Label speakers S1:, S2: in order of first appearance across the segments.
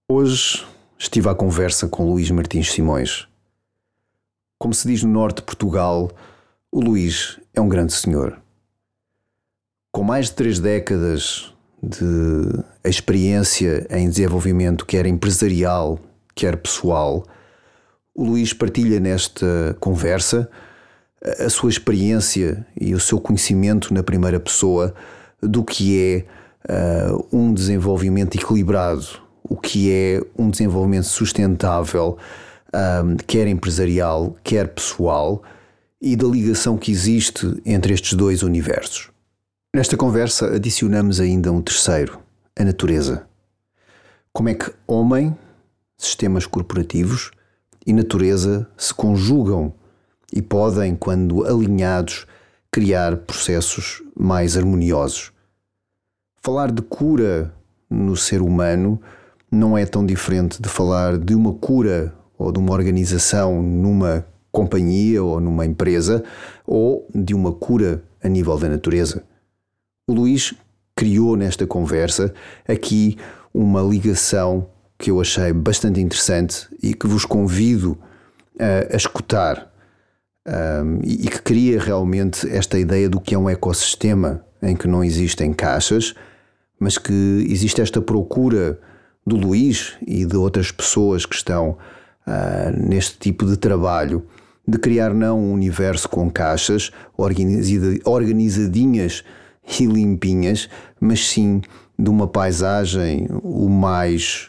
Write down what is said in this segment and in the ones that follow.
S1: Hoje estive à conversa com Luís Martins Simões. Como se diz no norte de Portugal, o Luís é um grande senhor. Com mais de 3 décadas de experiência em desenvolvimento, quer empresarial, quer pessoal, o Luís partilha nesta conversa a sua experiência e o seu conhecimento na primeira pessoa do que é um desenvolvimento equilibrado, o que é um desenvolvimento sustentável, quer empresarial, quer pessoal, e da ligação que existe entre estes dois universos. Nesta conversa adicionamos ainda um terceiro, a natureza. Como é que homem, sistemas corporativos e natureza se conjugam e podem, quando alinhados, criar processos mais harmoniosos. Falar de cura no ser humano não é tão diferente de falar de uma cura ou de uma organização numa companhia ou numa empresa, ou de uma cura a nível da natureza. O Luís criou nesta conversa aqui uma ligação que eu achei bastante interessante e que vos convido a escutar, e que cria realmente esta ideia do que é um ecossistema em que não existem caixas, mas que existe esta procura do Luís e de outras pessoas que estão neste tipo de trabalho, de criar não um universo com caixas organizadinhas e limpinhas, mas sim de uma paisagem o mais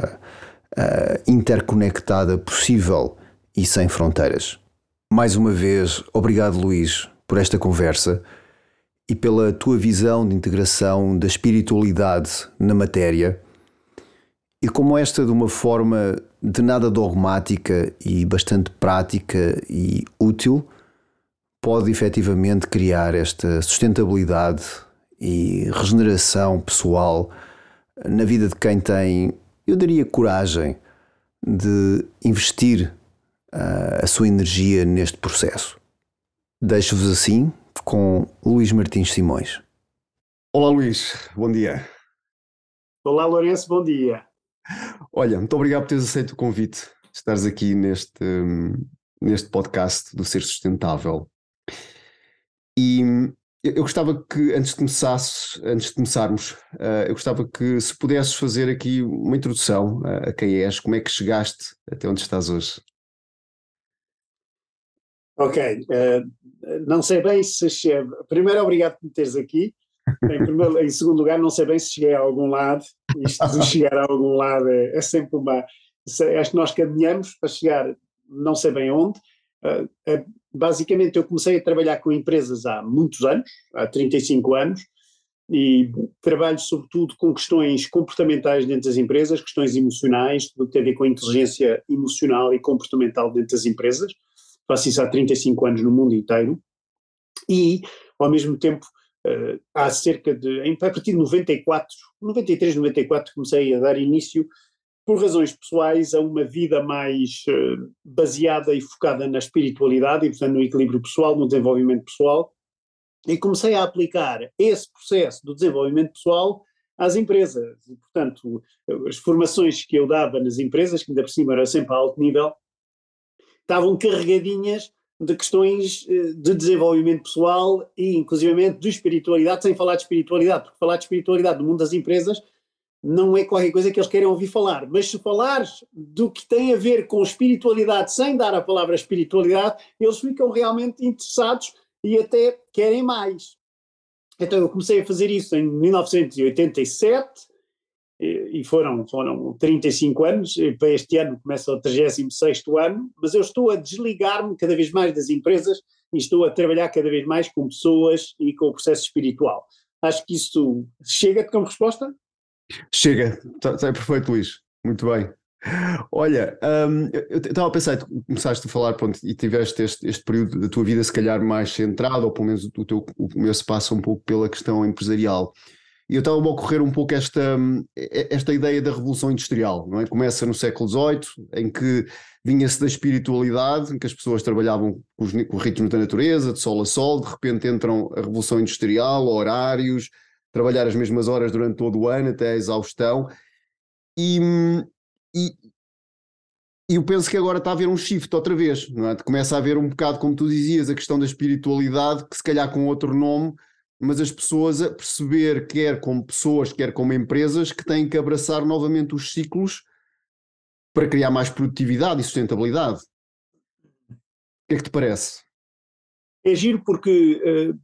S1: interconectada possível e sem fronteiras. Mais uma vez, obrigado, Luís, por esta conversa e pela tua visão de integração da espiritualidade na matéria, e como esta, de uma forma de nada dogmática e bastante prática e útil, pode efetivamente criar esta sustentabilidade e regeneração pessoal na vida de quem tem, eu diria, coragem de investir a sua energia neste processo. Deixo-vos assim com Luís Martins Simões. Olá, Luís, bom dia.
S2: Olá, Lourenço, bom dia.
S1: Olha, muito obrigado por teres aceito o convite de estares aqui neste podcast do Ser Sustentável. E eu gostava que, antes de começarmos, eu gostava que se pudesses fazer aqui uma introdução a quem és, como é que chegaste até onde estás hoje.
S2: Ok, não sei bem se cheguei. Primeiro, obrigado por me teres aqui. Em segundo lugar, não sei bem se cheguei a algum lado. Isto de chegar a algum lado é sempre uma. Acho que nós caminhamos para chegar, não sei bem onde. Basicamente, eu comecei a trabalhar com empresas há muitos anos, há 35 anos, e trabalho sobretudo com questões comportamentais dentro das empresas, questões emocionais, tudo que tem a ver com a inteligência emocional e comportamental dentro das empresas. Faço isso há 35 anos no mundo inteiro e, ao mesmo tempo, há cerca de, a partir de 93, 94, comecei a dar início, por razões pessoais, a uma vida mais baseada e focada na espiritualidade e, portanto, no equilíbrio pessoal, no desenvolvimento pessoal, e comecei a aplicar esse processo do desenvolvimento pessoal às empresas. E, portanto, as formações que eu dava nas empresas, que ainda por cima era sempre a alto nível, estavam carregadinhas de questões de desenvolvimento pessoal e, inclusivamente, de espiritualidade, sem falar de espiritualidade, porque falar de espiritualidade no mundo das empresas não é qualquer coisa que eles querem ouvir falar, mas se falares do que tem a ver com espiritualidade sem dar a palavra espiritualidade, eles ficam realmente interessados e até querem mais. Então eu comecei a fazer isso em 1987, e foram 35 anos, e para este ano começa o 36º ano, mas eu estou a desligar-me cada vez mais das empresas e estou a trabalhar cada vez mais com pessoas e com o processo espiritual. Acho que isso chega-te como resposta?
S1: Chega, está perfeito, Luís, muito bem. Olha, eu estava a pensar, tu começaste a falar, pronto, e tiveste este período da tua vida se calhar mais centrado, ou pelo menos o meu se passa um pouco pela questão empresarial. E eu estava a ocorrer um pouco esta ideia da Revolução Industrial, não é? Começa no século XVIII, em que vinha-se da espiritualidade, em que as pessoas trabalhavam com os ritmos da natureza, de sol a sol, de repente entram a Revolução Industrial, horários, trabalhar as mesmas horas durante todo o ano, até a exaustão, e
S3: E eu penso que agora está a haver um shift outra vez, não é? Começa a haver um bocado, como tu dizias, a questão da espiritualidade, que se calhar com outro nome, mas as pessoas a perceber, quer como pessoas, quer como empresas, que têm que abraçar novamente os ciclos para criar mais produtividade e sustentabilidade. O que é que te parece?
S2: É giro porque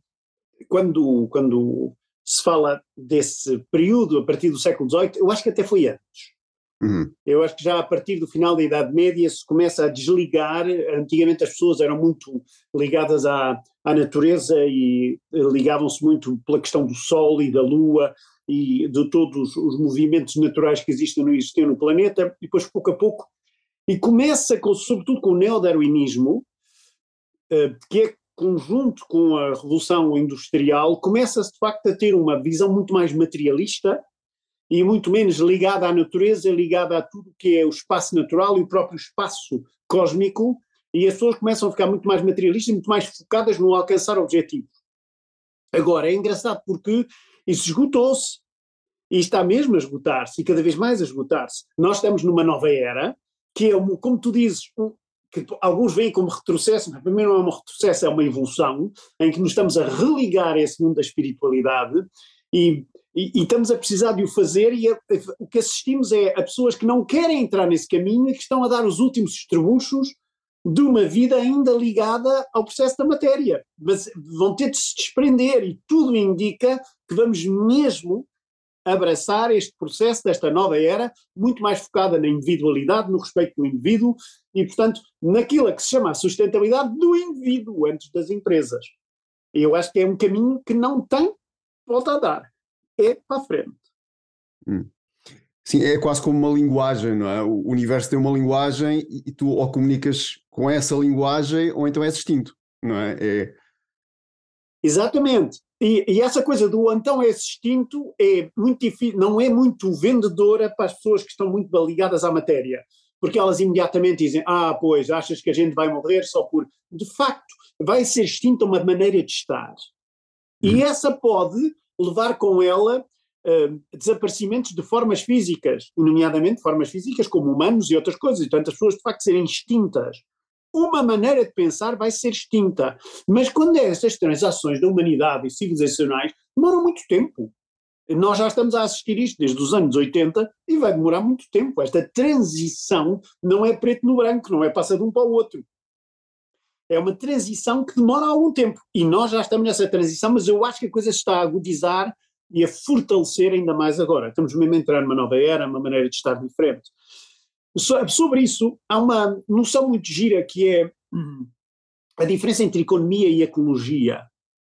S2: quando se fala desse período, a partir do século XVIII, eu acho que até foi antes. Eu acho que já a partir do final da Idade Média se começa a desligar. Antigamente as pessoas eram muito ligadas à natureza e ligavam-se muito pela questão do Sol e da Lua e de todos os movimentos naturais que existiam no planeta, e depois pouco a pouco, e começa sobretudo com o neodarwinismo, que é conjunto com a Revolução Industrial, começa-se de facto a ter uma visão muito mais materialista e muito menos ligada à natureza, ligada a tudo que é o espaço natural e o próprio espaço cósmico, e as pessoas começam a ficar muito mais materialistas e muito mais focadas no alcançar objetivos. Agora, é engraçado porque isso esgotou-se, e está mesmo a esgotar-se, e cada vez mais a esgotar-se. Nós estamos numa nova era, que é, como tu dizes, que alguns veem como retrocesso, mas para mim não é um retrocesso, é uma evolução, em que nos estamos a religar a esse mundo da espiritualidade, e estamos a precisar de o fazer, e o que assistimos é a pessoas que não querem entrar nesse caminho e que estão a dar os últimos estribuchos de uma vida ainda ligada ao processo da matéria, mas vão ter de se desprender, e tudo indica que vamos mesmo abraçar este processo desta nova era, muito mais focada na individualidade, no respeito do indivíduo e, portanto, naquilo que se chama a sustentabilidade do indivíduo antes das empresas. E eu acho que é um caminho que não tem volta a dar. É para a frente.
S3: Sim, é quase como uma linguagem, não é? O universo tem uma linguagem e tu ou comunicas com essa linguagem ou então és extinto, não é?
S2: Exatamente. E essa coisa do então é extinto é muito difícil, não é muito vendedora para as pessoas que estão muito ligadas à matéria, porque elas imediatamente dizem, pois, achas que a gente vai morrer só por... De facto, vai ser extinta uma maneira de estar. E essa pode levar com ela desaparecimentos de formas físicas, nomeadamente formas físicas como humanos e outras coisas, e portanto as pessoas de facto serem extintas. Uma maneira de pensar vai ser extinta, mas quando essas transações da humanidade e civilizacionais demoram muito tempo. Nós já estamos a assistir isto desde os anos 80 e vai demorar muito tempo. Esta transição não é preto no branco, não é passa de um para o outro. É uma transição que demora algum tempo e nós já estamos nessa transição, mas eu acho que a coisa se está a agudizar e a fortalecer ainda mais agora. Estamos mesmo a entrar numa nova era, uma maneira de estar diferente. Sobre isso, há uma noção muito gira que é a diferença entre economia e ecologia.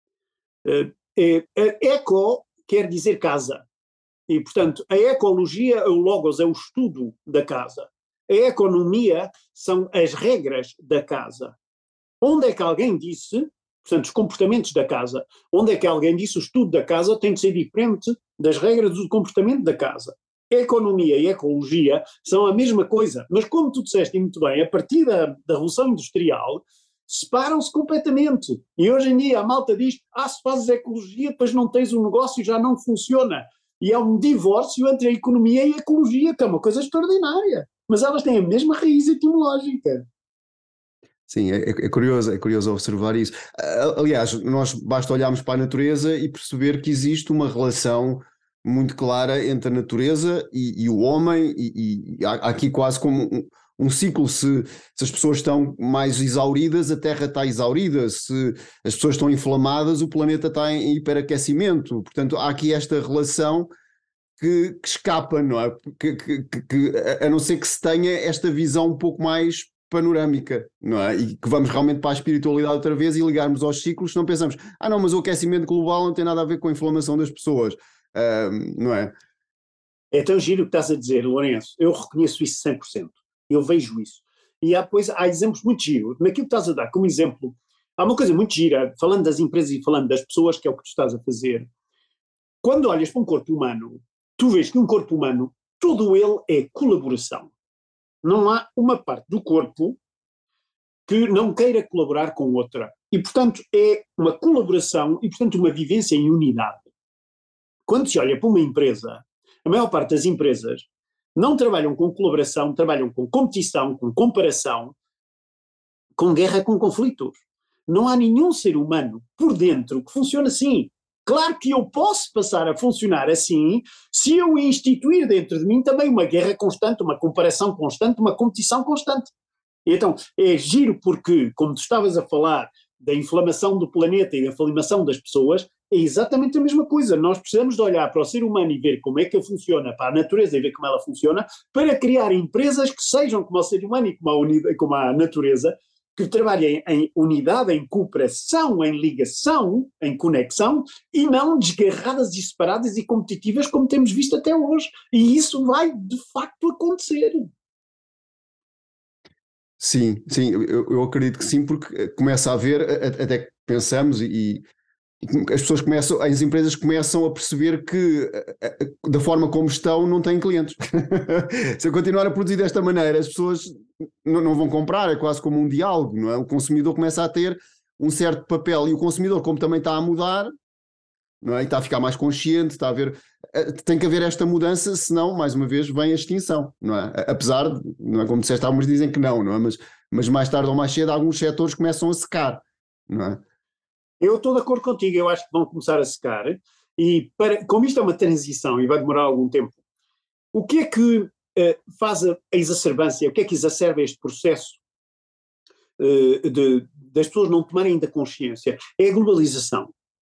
S2: Eco quer dizer casa. E, portanto, a ecologia, o logos, é o estudo da casa. A economia são as regras da casa. Onde é que alguém disse, portanto, os comportamentos da casa, onde é que alguém disse o estudo da casa tem de ser diferente das regras do comportamento da casa? Economia e ecologia são a mesma coisa, mas como tu disseste muito bem, a partir da Revolução Industrial, separam-se completamente. E hoje em dia a malta diz, se fazes ecologia, depois não tens um negócio e já não funciona. E há um divórcio entre a economia e a ecologia, que é uma coisa extraordinária. Mas elas têm a mesma raiz etimológica.
S3: Sim, é curioso observar isso. Aliás, nós basta olharmos para a natureza e perceber que existe uma relação muito clara entre a natureza e o homem, e há aqui quase como um ciclo. Se as pessoas estão mais exauridas, a Terra está exaurida, se as pessoas estão inflamadas, o planeta está em hiperaquecimento. Portanto, há aqui esta relação que escapa, não é? A não ser que se tenha esta visão um pouco mais panorâmica, não é? E que vamos realmente para a espiritualidade outra vez e ligarmos aos ciclos, não pensamos, não, mas o aquecimento global não tem nada a ver com a inflamação das pessoas, não é?
S2: É tão giro o que estás a dizer, Lourenço, eu reconheço isso 100%, eu vejo isso. E há exemplos muito giros, naquilo que estás a dar como exemplo, há uma coisa muito gira, falando das empresas e falando das pessoas, que é o que tu estás a fazer. Quando olhas para um corpo humano, tu vês que um corpo humano, todo ele é colaboração. Não há uma parte do corpo que não queira colaborar com outra. E, portanto, é uma colaboração e, portanto, uma vivência em unidade. Quando se olha para uma empresa, a maior parte das empresas Não trabalham com colaboração, trabalham com competição, com comparação, com guerra, com conflitos. Não há nenhum ser humano por dentro que funcione assim. Claro que eu posso passar a funcionar assim se eu instituir dentro de mim também uma guerra constante, uma comparação constante, uma competição constante. Então, é giro porque, como tu estavas a falar da inflamação do planeta e da inflamação das pessoas, é exatamente a mesma coisa. Nós precisamos de olhar para o ser humano e ver como é que ele funciona, para a natureza e ver como ela funciona, para criar empresas que sejam como o ser humano e como a natureza, que trabalhem em unidade, em cooperação, em ligação, em conexão, e não desgarradas e separadas e competitivas como temos visto até hoje. E isso vai, de facto, acontecer.
S3: Sim, sim, eu acredito que sim, porque começa a haver, até que pensamos e as pessoas começam, as empresas começam a perceber que da forma como estão não têm clientes. Se eu continuar a produzir desta maneira, as pessoas não vão comprar, é quase como um diálogo, não é? O consumidor começa a ter um certo papel e o consumidor, como também está a mudar, não é? E está a ficar mais consciente, está a ver, tem que haver esta mudança, senão, mais uma vez, vem a extinção, não é? Apesar, não é como disseste, alguns dizem que não é? Mas mais tarde ou mais cedo alguns setores começam a secar, não é?
S2: Eu estou de acordo contigo, eu acho que vão começar a secar, e como isto é uma transição e vai demorar algum tempo, o que é que faz a exacerbância, o que é que exacerba este processo das pessoas não tomarem ainda consciência? É a globalização.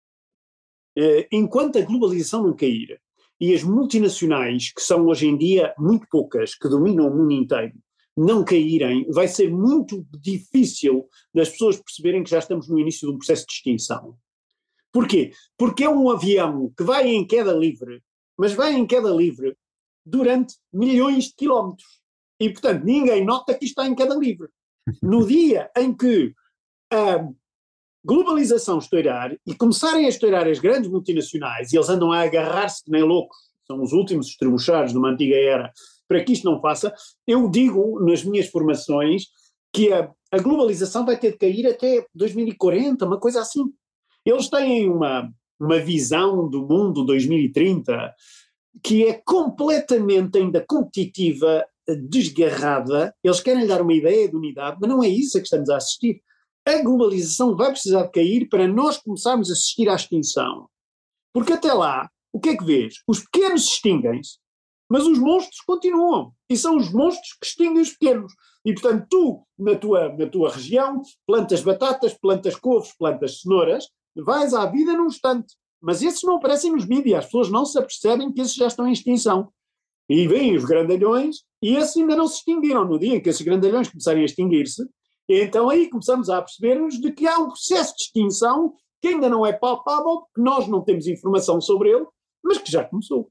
S2: Enquanto a globalização não cair, e as multinacionais, que são hoje em dia muito poucas, que dominam o mundo inteiro, não caírem, vai ser muito difícil das pessoas perceberem que já estamos no início de um processo de extinção. Porquê? Porque é um avião que vai em queda livre, mas vai em queda livre durante milhões de quilómetros. E, portanto, ninguém nota que está em queda livre. No dia em que a globalização estourar e começarem a estourar as grandes multinacionais, e eles andam a agarrar-se que nem loucos, são os últimos estrebuchados de uma antiga era, para que isto não faça, eu digo nas minhas formações que a globalização vai ter de cair até 2040, uma coisa assim. Eles têm uma visão do mundo 2030 que é completamente ainda competitiva, desgarrada. Eles querem dar uma ideia de unidade, mas não é isso a que estamos a assistir. A globalização vai precisar de cair para nós começarmos a assistir à extinção. Porque até lá, o que é que vês? Os pequenos extinguem-se, mas os monstros continuam. E são os monstros que extinguem os pequenos. E, portanto, tu, na tua região, plantas batatas, plantas couves, plantas cenouras, vais à vida num instante. Mas esses não aparecem nos mídias, as pessoas não se apercebem que esses já estão em extinção. E vêm os grandalhões, e esses ainda não se extinguiram. No dia em que esses grandalhões começarem a extinguir-se, então aí começamos a perceber-nos de que há um processo de extinção que ainda não é palpável, que nós não temos informação sobre ele, mas que já começou.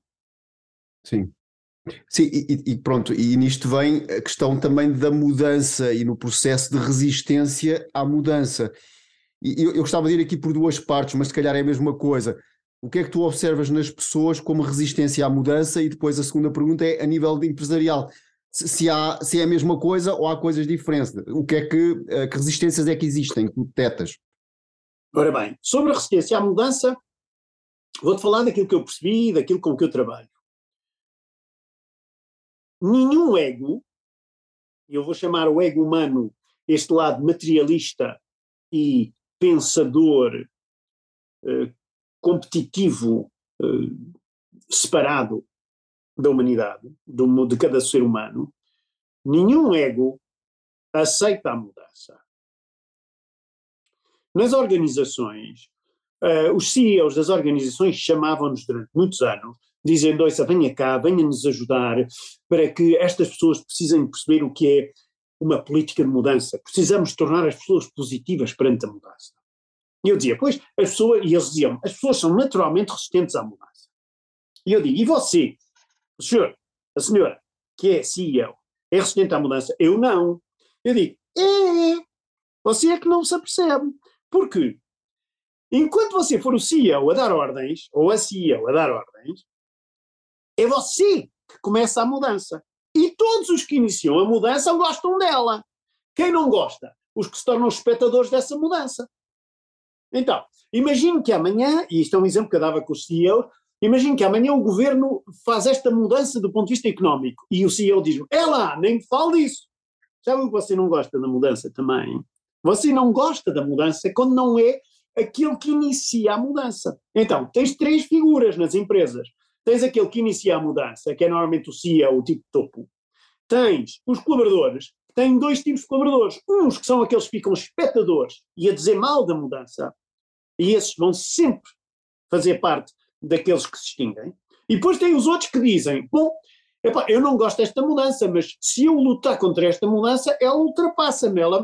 S3: Sim. Sim, e pronto, e nisto vem a questão também da mudança e no processo de resistência à mudança. E eu gostava de ir aqui por duas partes, mas se calhar é a mesma coisa. O que é que tu observas nas pessoas como resistência à mudança? E depois a segunda pergunta é a nível de empresarial. Se é a mesma coisa ou há coisas diferentes? O que é que resistências é que existem, que tu detectas?
S2: Ora bem, sobre a resistência à mudança, vou-te falar daquilo que eu percebi e daquilo com que eu trabalho. Nenhum ego, e eu vou chamar o ego humano este lado materialista e pensador, competitivo, separado da humanidade, de cada ser humano, nenhum ego aceita a mudança. Nas organizações, os CEOs das organizações chamavam-nos durante muitos anos, dizendo: "Ouça, venha cá, venha-nos ajudar para que estas pessoas precisem perceber o que é uma política de mudança. Precisamos tornar as pessoas positivas perante a mudança." E eu dizia: "Pois, as pessoas", e eles diziam: "As pessoas são naturalmente resistentes à mudança." E eu digo: "E você, o senhor, a senhora, que é CEO, é resistente à mudança?" "Eu não." Eu digo: você é que não se apercebe. Porque enquanto você for o CEO a dar ordens, ou a CEO a dar ordens, é você que começa a mudança. E todos os que iniciam a mudança gostam dela. Quem não gosta? Os que se tornam espectadores dessa mudança. Então, imagine que amanhã, e isto é um exemplo que eu dava com os CEOs, Imagino que amanhã o governo faz esta mudança do ponto de vista económico e o CEO diz-me, é lá, nem me fale disso. Sabe que você não gosta da mudança também? Você não gosta da mudança quando não é aquele que inicia a mudança. Então, tens três figuras nas empresas. Tens aquele que inicia a mudança, que é normalmente o CEO, o tipo topo. Tens os colaboradores, que têm dois tipos de colaboradores. Uns que são aqueles que ficam espectadores e a dizer mal da mudança, e esses vão sempre fazer parte daqueles que se extinguem. E depois tem os outros que dizem, bom, epá, eu não gosto desta mudança, mas se eu lutar contra esta mudança, ela ultrapassa-me, ela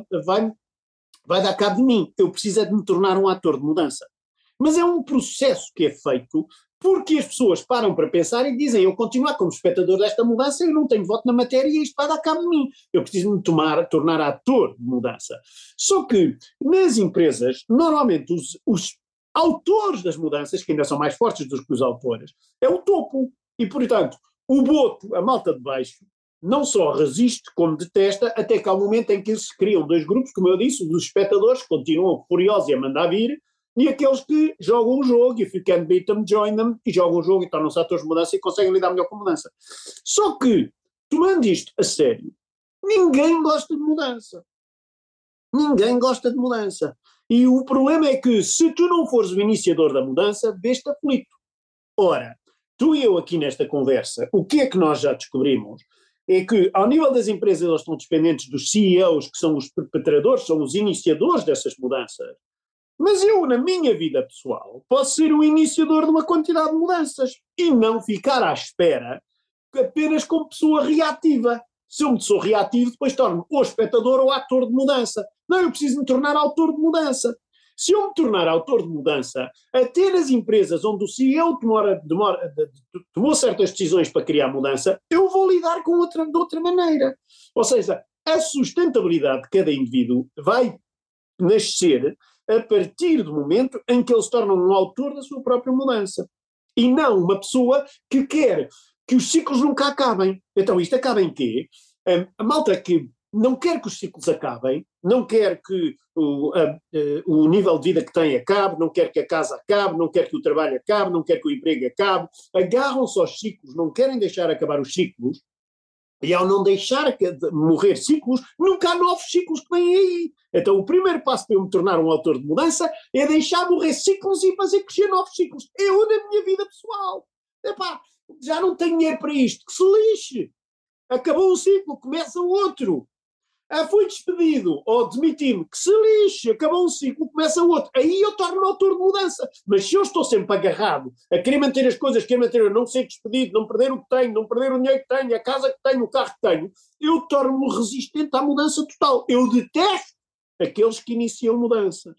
S2: vai dar cabo de mim. Eu preciso é de me tornar um ator de mudança. Mas é um processo que é feito porque as pessoas param para pensar e dizem, eu continuar como espectador desta mudança, eu não tenho voto na matéria e isto vai dar cabo de mim. Eu preciso me tornar ator de mudança. Só que nas empresas, normalmente os autores das mudanças, que ainda são mais fortes do que os autores, é o topo. E, portanto, o boto, a malta de baixo, não só resiste como detesta, até que há um momento em que se criam dois grupos, como eu disse, dos espectadores que continuam furiosos e a mandar vir, e aqueles que jogam o jogo, if you can beat them, join them, e jogam o jogo e tornam-se atores de mudança e conseguem lidar melhor com a mudança. Só que, tomando isto a sério, ninguém gosta de mudança. Ninguém gosta de mudança. E o problema é que, se tu não fores o iniciador da mudança, vês-te aflito. Ora, tu e eu aqui nesta conversa, o que é que nós já descobrimos? É que, ao nível das empresas, elas estão dependentes dos CEOs, que são os perpetradores, são os iniciadores dessas mudanças. Mas eu, na minha vida pessoal, posso ser o iniciador de uma quantidade de mudanças e não ficar à espera apenas como pessoa reativa. Se eu me sou reativo, depois torno-me ou espectador ou ator de mudança. Não, eu preciso me tornar autor de mudança. Se eu me tornar autor de mudança, até nas empresas onde o CEO tomou certas decisões para criar mudança, eu vou lidar de outra maneira. Ou seja, a sustentabilidade de cada indivíduo vai nascer a partir do momento em que ele se torna um autor da sua própria mudança. E não uma pessoa que quer que os ciclos nunca acabem. Então isto acaba em quê? A malta que não quer que os ciclos acabem, não quer que o nível de vida que tem acabe, não quer que a casa acabe, não quer que o trabalho acabe, não quer que o emprego acabe, agarram-se aos ciclos, não querem deixar acabar os ciclos, e ao não deixar morrer ciclos, nunca há novos ciclos que vêm aí. Então o primeiro passo para eu me tornar um autor de mudança é deixar morrer ciclos e fazer crescer novos ciclos. Eu, na minha vida pessoal, epá, já não tenho dinheiro para isto, que se lixe. Acabou um ciclo, começa outro. Fui despedido ou demiti-me, que se lixe, acabou um ciclo, começa outro. Aí eu torno-me autor de mudança. Mas se eu estou sempre agarrado a querer manter as coisas, querer manter, eu não ser despedido, não perder o que tenho, não perder o dinheiro que tenho, a casa que tenho, o carro que tenho, eu torno-me resistente à mudança total. Eu detesto aqueles que iniciam mudanças.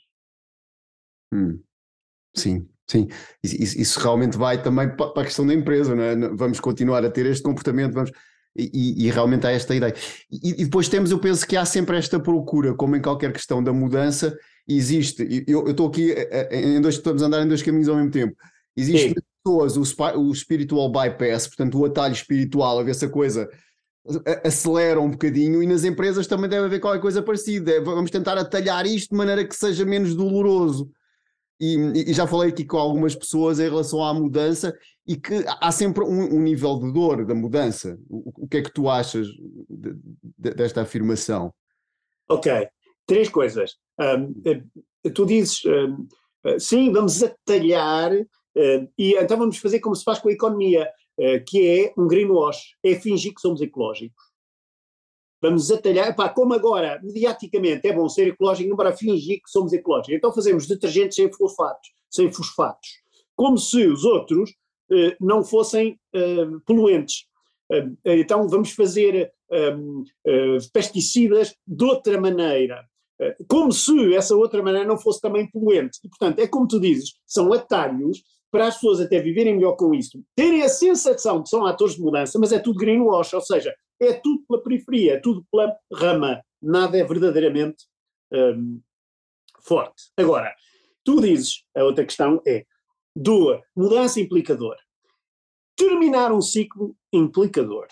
S3: Sim, sim. Isso realmente vai também para a questão da empresa, não é? Vamos continuar a ter este comportamento, e realmente há esta ideia. E depois temos, eu penso que há sempre esta procura, como em qualquer questão da mudança, existe. Eu estou aqui, estamos a andar em dois caminhos ao mesmo tempo. Existe nas pessoas o spiritual bypass, portanto o atalho espiritual, a ver se a coisa acelera um bocadinho, e nas empresas também deve haver qualquer coisa parecida. Vamos tentar atalhar isto de maneira que seja menos doloroso. E já falei aqui com algumas pessoas em relação à mudança, e que há sempre um nível de dor da mudança. O que é que tu achas desta afirmação?
S2: Ok, três coisas. Tu dizes, sim, vamos atalhar, e então vamos fazer como se faz com a economia, que é um greenwash, é fingir que somos ecológicos. Vamos atalhar, pá, como agora, mediaticamente, é bom ser ecológico, não para fingir que somos ecológicos. Então fazemos detergentes sem fosfatos, como se os outros não fossem poluentes. Então vamos fazer pesticidas de outra maneira, como se essa outra maneira não fosse também poluente. E, portanto, é como tu dizes, são atalhos para as pessoas até viverem melhor com isso, terem a sensação de que são atores de mudança, mas é tudo greenwash, ou seja, é tudo pela periferia, é tudo pela rama, nada é verdadeiramente forte. Agora, tu dizes, a outra questão é, mudança implicador. Terminar um ciclo implicador.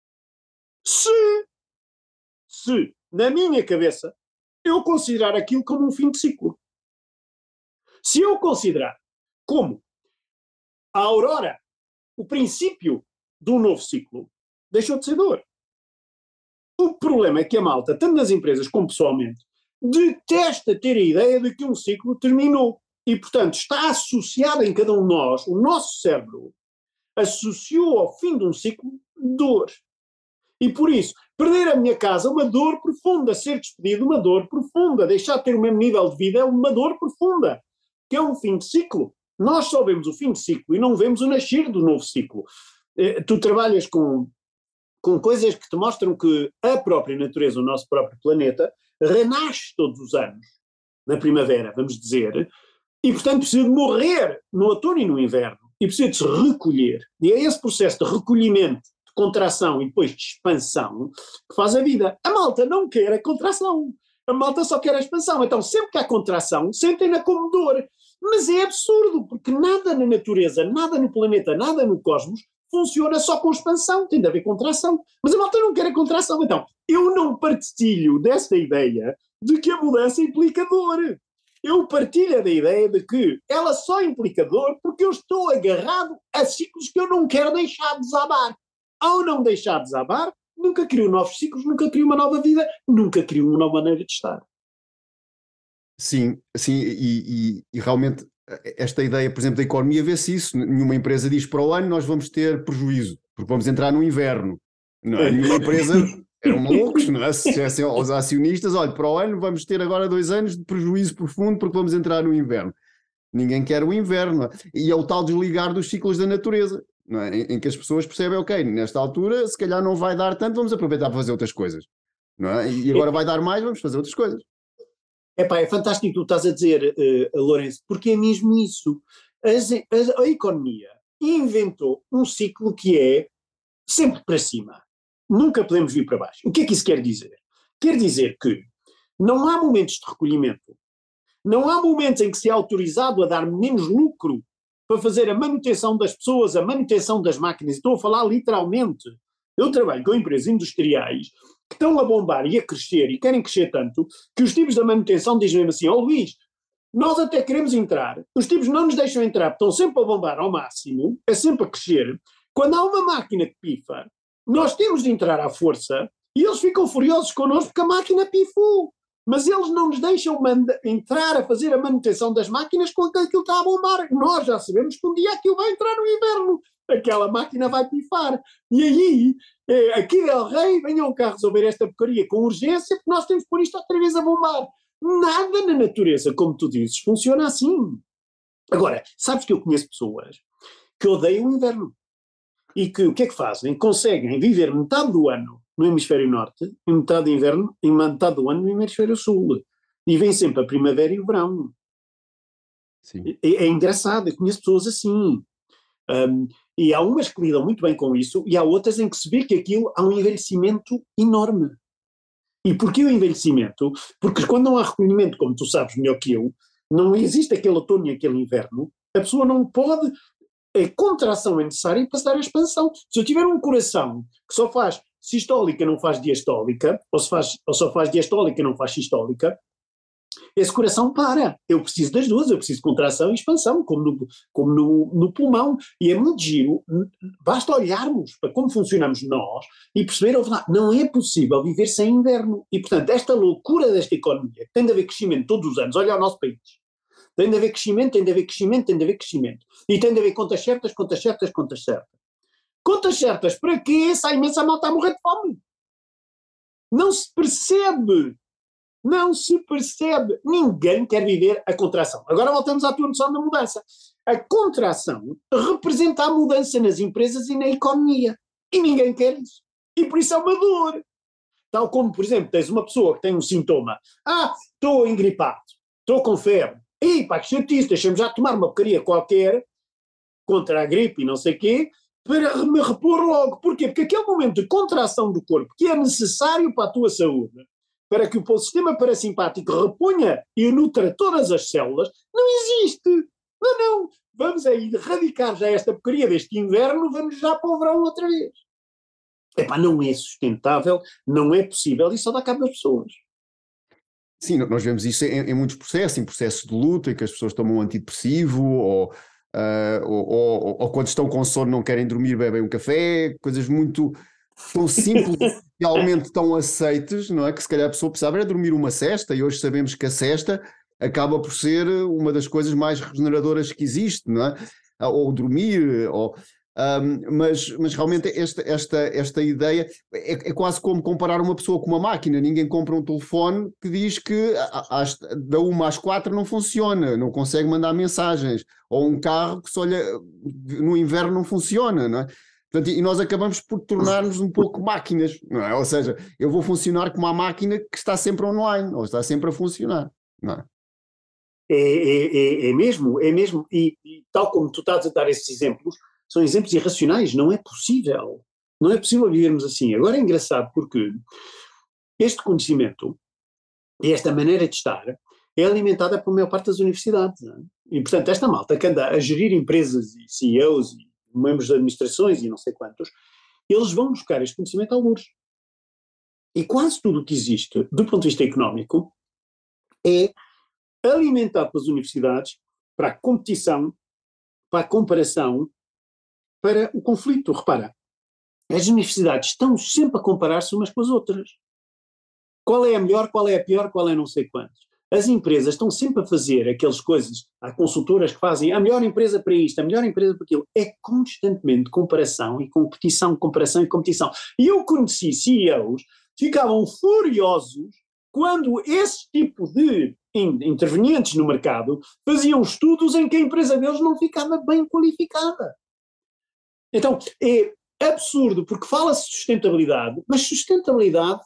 S2: Se, na minha cabeça, eu considerar aquilo como um fim de ciclo. Se eu considerar como a aurora, o princípio de um novo ciclo, deixou de ser dor. O problema é que a malta, tanto nas empresas como pessoalmente, detesta ter a ideia de que um ciclo terminou. E, portanto, está associado em cada um de nós, o nosso cérebro associou ao fim de um ciclo dor. E por isso, perder a minha casa, uma dor profunda, ser despedido, uma dor profunda, deixar de ter o mesmo nível de vida é uma dor profunda, que é um fim de ciclo. Nós só vemos o fim de ciclo e não vemos o nascer do novo ciclo. Tu trabalhas com coisas que te mostram que a própria natureza, o nosso próprio planeta, renasce todos os anos, na primavera, vamos dizer, e portanto precisa de morrer no outono e no inverno, e precisa de se recolher. E é esse processo de recolhimento, de contração e depois de expansão que faz a vida. A malta não quer a contração, a malta só quer a expansão. Então sempre que há contração, sentem-na como dor. Mas é absurdo, porque nada na natureza, nada no planeta, nada no cosmos funciona só com expansão, tem de haver contração. Mas a malta não quer a contração. Então, eu não partilho desta ideia de que a mudança implica dor. Eu partilho da ideia de que ela só implica dor porque eu estou agarrado a ciclos que eu não quero deixar desabar. Ao não deixar desabar, nunca crio novos ciclos, nunca crio uma nova vida, nunca crio uma nova maneira de estar.
S3: Sim, sim, e realmente esta ideia, por exemplo, da economia, vê-se isso. Nenhuma empresa diz para o ano nós vamos ter prejuízo, porque vamos entrar no inverno. Não é? Nenhuma empresa, eram malucos, não é? Se dissessem aos acionistas, olha, para o ano vamos ter agora 2 anos de prejuízo profundo porque vamos entrar no inverno. Ninguém quer o inverno, não é? E é o tal desligar dos ciclos da natureza, não é? Em que as pessoas percebem, ok, nesta altura se calhar não vai dar tanto, vamos aproveitar para fazer outras coisas, não é? E agora vai dar mais, vamos fazer outras coisas.
S2: Epá, é fantástico o que tu estás a dizer, Lourenço, porque é mesmo isso. A economia inventou um ciclo que é sempre para cima. Nunca podemos vir para baixo. O que é que isso quer dizer? Quer dizer que não há momentos de recolhimento, não há momentos em que se é autorizado a dar menos lucro para fazer a manutenção das pessoas, a manutenção das máquinas. Estou a falar literalmente. Eu trabalho com empresas industriais que estão a bombar e a crescer e querem crescer tanto que os tipos da manutenção dizem assim, Luís, nós até queremos entrar, os tipos não nos deixam entrar, estão sempre a bombar ao máximo, é sempre a crescer. Quando há uma máquina que pifa, nós temos de entrar à força e eles ficam furiosos connosco porque a máquina pifou. Mas eles não nos deixam entrar a fazer a manutenção das máquinas com aquilo que está a bombar. Nós já sabemos que um dia aquilo vai entrar no inverno. Aquela máquina vai pifar. E aí, aqui del Rei, venham cá resolver esta porcaria com urgência, porque nós temos que pôr isto outra vez a bombar. Nada na natureza, como tu dizes, funciona assim. Agora, sabes que eu conheço pessoas que odeiam o inverno. E que o que é que fazem? Conseguem viver metade do ano no hemisfério norte, e metade do inverno, e metade do ano no hemisfério sul. E vem sempre a primavera e o verão.
S3: Sim.
S2: É engraçado, eu conheço pessoas assim. E há umas que lidam muito bem com isso, e há outras em que se vê que aquilo há um envelhecimento enorme. E porquê o envelhecimento? Porque quando não há recolhimento, como tu sabes melhor que eu, não existe aquele outono e aquele inverno, a pessoa não pode. A contração é necessária para se dar a expansão. Se eu tiver um coração que só faz sistólica, não faz diastólica, ou só faz diastólica, não faz sistólica, esse coração para. Eu preciso das duas, eu preciso de contração e expansão, como no pulmão. E é muito giro, basta olharmos para como funcionamos nós e perceber, não é possível viver sem inverno. E, portanto, esta loucura desta economia, que tem de haver crescimento todos os anos, olha o nosso país. Tem de haver crescimento, tem de haver crescimento, tem de haver crescimento. E tem de haver contas certas, contas certas, contas certas. Contas certas para quê? Se a imensa malta a morrer de fome. Não se percebe. Não se percebe. Ninguém quer viver a contração. Agora voltamos à tua noção da mudança. A contração representa a mudança nas empresas e na economia. E ninguém quer isso. E por isso é uma dor. Tal como, por exemplo, tens uma pessoa que tem um sintoma. Estou engripado. Estou com febre. E pá, que chatice, deixa-me já tomar uma porcaria qualquer contra a gripe e não sei o quê, para me repor logo. Porquê? Porque aquele momento de contração do corpo que é necessário para a tua saúde, para que o sistema parasimpático reponha e nutra todas as células, não existe. Não. Vamos aí erradicar já esta porcaria deste inverno, vamos já para o verão outra vez. Epá, não é sustentável, não é possível e só dá cabo das pessoas.
S3: Sim, nós vemos isso em muitos processos, em processos de luta, em que as pessoas tomam um antidepressivo ou ou quando estão com sono não querem dormir, bebem um café, coisas muito tão simples e realmente tão aceites, não é? Que se calhar a pessoa precisava era dormir uma sesta, e hoje sabemos que a sesta acaba por ser uma das coisas mais regeneradoras que existe, não é? Ou dormir, mas realmente esta ideia é quase como comparar uma pessoa com uma máquina. Ninguém compra um telefone que diz que da 1 às 4 não funciona, não consegue mandar mensagens, ou um carro que se olha no inverno não funciona, não é? Portanto, e nós acabamos por tornar-nos um pouco máquinas, não é? Ou seja, eu vou funcionar como uma máquina que está sempre online, ou está sempre a funcionar, não é?
S2: É mesmo, e tal como tu estás a dar esses exemplos, são exemplos irracionais, não é possível. Não é possível vivermos assim. Agora é engraçado porque este conhecimento e esta maneira de estar é alimentada pela maior parte das universidades. Não é? E, portanto, esta malta que anda a gerir empresas e CEOs e membros de administrações e não sei quantos, eles vão buscar este conhecimento a alguns. E quase tudo o que existe, do ponto de vista económico, é alimentado pelas universidades para a competição, para a comparação, para o conflito. Repara, as universidades estão sempre a comparar-se umas com as outras. Qual é a melhor, qual é a pior, qual é não sei quantos. As empresas estão sempre a fazer aquelas coisas, há consultoras que fazem a melhor empresa para isto, a melhor empresa para aquilo. É constantemente comparação e competição, comparação e competição. E eu conheci CEOs que ficavam furiosos quando esse tipo de intervenientes no mercado faziam estudos em que a empresa deles não ficava bem qualificada. Então, é absurdo, porque fala-se de sustentabilidade, mas sustentabilidade,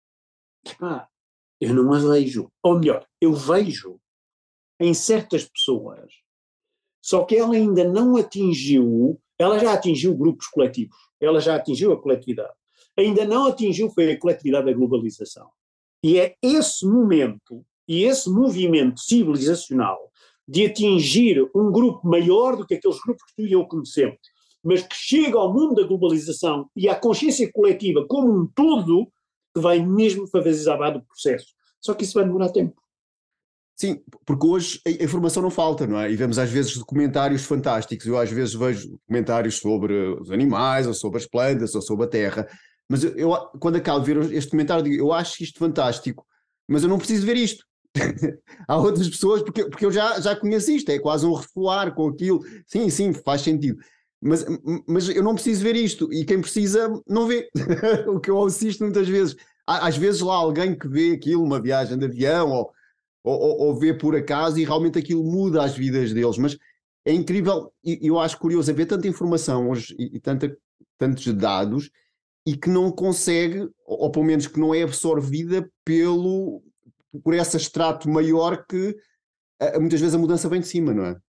S2: eu não a vejo. Ou melhor, eu vejo em certas pessoas, só que ela ainda não atingiu, ela já atingiu grupos coletivos, ela já atingiu a coletividade. Ainda não atingiu foi a coletividade da globalização. E é esse momento e esse movimento civilizacional de atingir um grupo maior do que aqueles grupos que tu e eu conhecemos, mas que chega ao mundo da globalização e à consciência coletiva como um todo, que vai mesmo favorecer o processo. Só que isso vai demorar tempo.
S3: Sim, porque hoje a informação não falta, não é? E vemos às vezes documentários fantásticos. Eu às vezes vejo documentários sobre os animais, ou sobre as plantas, ou sobre a terra, mas eu quando acabo de ver este documentário digo, eu acho isto fantástico, mas eu não preciso ver isto. Há outras pessoas, porque eu já conheço isto, é quase um ressoar com aquilo. Sim, faz sentido. Mas eu não preciso ver isto, e quem precisa não vê. O que eu assisto muitas vezes. Às vezes lá alguém que vê aquilo, uma viagem de avião, ou vê por acaso, e realmente aquilo muda as vidas deles. Mas é incrível, e eu acho curioso haver tanta informação hoje e tantos dados, e que não consegue, ou pelo menos que não é absorvida por esse extrato maior que muitas vezes a mudança vem de cima, não é?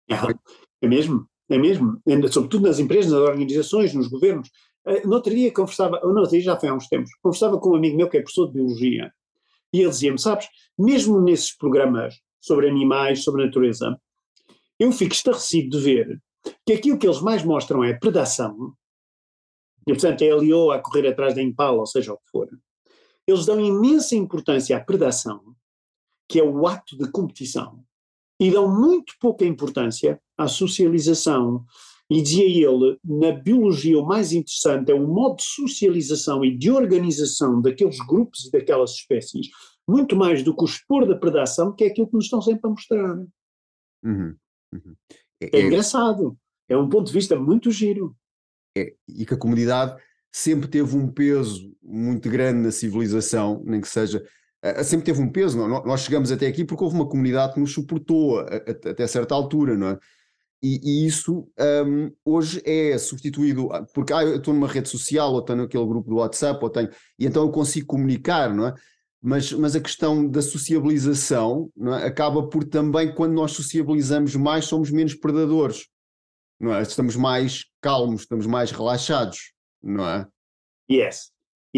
S2: É mesmo, sobretudo nas empresas, nas organizações, nos governos. No outro dia já foi há uns tempos, conversava com um amigo meu que é professor de biologia, e ele dizia-me, sabes, mesmo nesses programas sobre animais, sobre a natureza, eu fico estarrecido de ver que aquilo que eles mais mostram é predação, e portanto é a leoa a correr atrás da impala, ou seja o que for. Eles dão imensa importância à predação, que é o ato de competição, e dão muito pouca importância à socialização. E dizia ele, na biologia o mais interessante é o modo de socialização e de organização daqueles grupos e daquelas espécies, muito mais do que o expor da predação, que é aquilo que nos estão sempre a mostrar.
S3: Uhum.
S2: É engraçado, é um ponto de vista muito giro.
S3: E que a comunidade sempre teve um peso muito grande na civilização, nem que seja, sempre teve um peso. Nós chegamos até aqui porque houve uma comunidade que nos suportou até certa altura, não é? E isso hoje é substituído, porque eu estou numa rede social, ou estou naquele grupo do WhatsApp, e então eu consigo comunicar, não é? Mas a questão da sociabilização, não é? Acaba por também, quando nós sociabilizamos mais, somos menos predadores, não é? Estamos mais calmos, estamos mais relaxados, não é?
S2: Yes.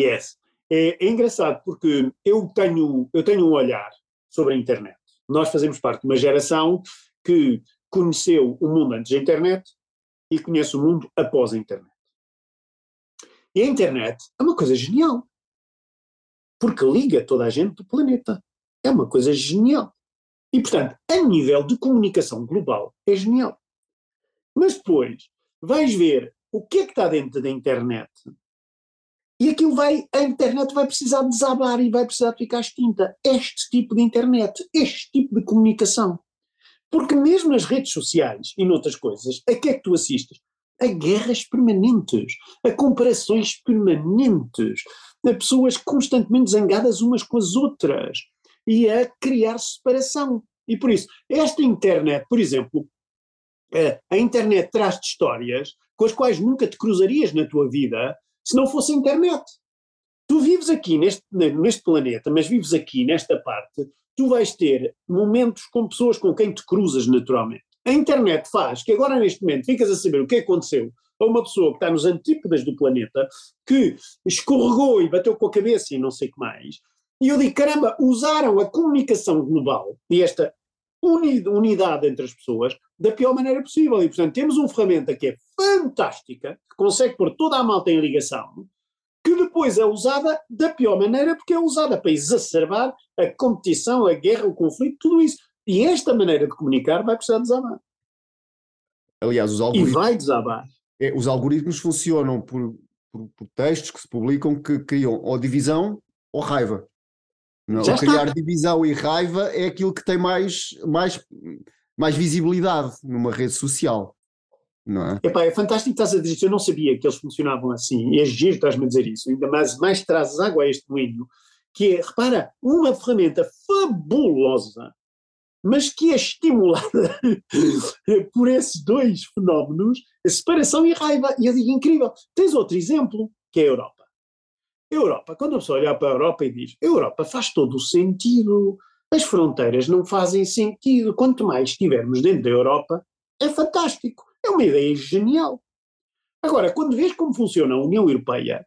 S2: É engraçado porque eu tenho um olhar sobre a internet. Nós fazemos parte de uma geração que conheceu o mundo antes da internet e conhece o mundo após a internet. E a internet é uma coisa genial, porque liga toda a gente do planeta. É uma coisa genial. E, portanto, a nível de comunicação global, é genial. Mas depois vais ver o que é que está dentro da internet e a internet vai precisar de desabar e vai precisar de ficar extinta. Este tipo de internet, este tipo de comunicação. Porque mesmo nas redes sociais e noutras coisas, a que é que tu assistes? A guerras permanentes, a comparações permanentes, a pessoas constantemente zangadas umas com as outras e a criar separação. E por isso, esta internet, por exemplo, a internet traz-te histórias com as quais nunca te cruzarias na tua vida se não fosse a internet. Tu vives aqui neste planeta, mas vives aqui nesta parte, tu vais ter momentos com pessoas com quem te cruzas naturalmente. A internet faz que agora neste momento ficas a saber o que aconteceu a uma pessoa que está nos antípodas do planeta, que escorregou e bateu com a cabeça e não sei o que mais. E eu digo, caramba, usaram a comunicação global e esta unidade entre as pessoas da pior maneira possível. E portanto temos uma ferramenta que é fantástica, que consegue pôr toda a malta em ligação, que depois é usada da pior maneira porque é usada para exacerbar a competição, a guerra, o conflito, tudo isso. E esta maneira de comunicar vai precisar desabar.
S3: Aliás,
S2: E vai desabar.
S3: Os algoritmos funcionam por textos que se publicam que criam ou divisão ou raiva. Não?
S2: Já
S3: O criar
S2: está.
S3: divisão e raiva é aquilo que tem mais visibilidade numa rede social. Não é?
S2: Epá, é fantástico que estás a dizer isso. Eu não sabia que eles funcionavam assim. E é giro estás-me a dizer isso. Ainda mais trazes água a este moinho, que é, repara, uma ferramenta fabulosa, mas que é estimulada por esses dois fenómenos, a separação e a raiva. E eu digo, incrível. Tens outro exemplo, que é a Europa. A Europa, quando a pessoa olha para a Europa e diz, a Europa faz todo o sentido, as fronteiras não fazem sentido, quanto mais estivermos dentro da Europa, é fantástico. É uma ideia genial. Agora, quando vês como funciona a União Europeia,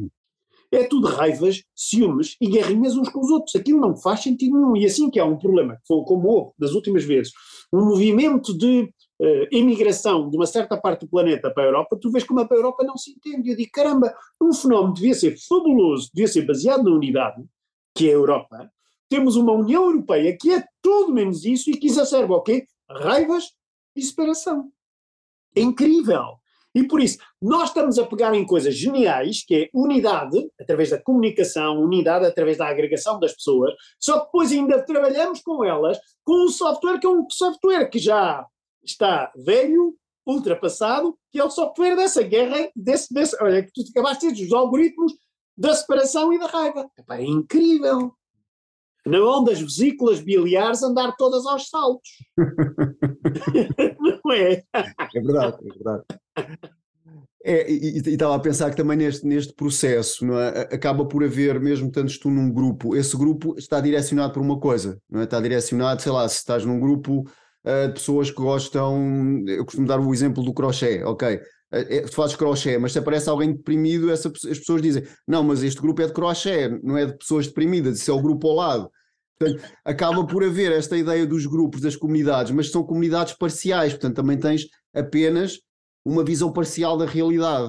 S2: é tudo raivas, ciúmes e guerrinhas uns com os outros. Aquilo não faz sentido nenhum. E assim que há um problema, como houve das últimas vezes, um movimento de imigração de uma certa parte do planeta para a Europa, tu vês como a Europa não se entende. Eu digo, caramba, um fenómeno devia ser fabuloso, devia ser baseado na unidade, que é a Europa. Temos uma União Europeia que é tudo menos isso e que exacerba o quê? Raivas e separação. É incrível. E por isso, nós estamos a pegar em coisas geniais, que é unidade, através da comunicação, unidade através da agregação das pessoas, só que depois ainda trabalhamos com elas com um software que é um software que já está velho, ultrapassado, que é o software dessa guerra, olha, que tu acabaste de dizer, dos algoritmos da separação e da raiva. Epá, é incrível. Na mão das vesículas biliares andar todas aos saltos. Não é?
S3: É verdade, é verdade. E estava a pensar que também neste processo, não é? Acaba por haver, mesmo estando tu num grupo, esse grupo está direcionado para uma coisa, não é? Está direcionado, sei lá, se estás num grupo de pessoas que gostam, eu costumo dar o exemplo do crochê, ok? Tu fazes crochê, mas se aparece alguém deprimido, as pessoas dizem, não, mas este grupo é de crochê, não é de pessoas deprimidas, isso é o grupo ao lado. Portanto, acaba por haver esta ideia dos grupos, das comunidades, mas são comunidades parciais, portanto também tens apenas uma visão parcial da realidade.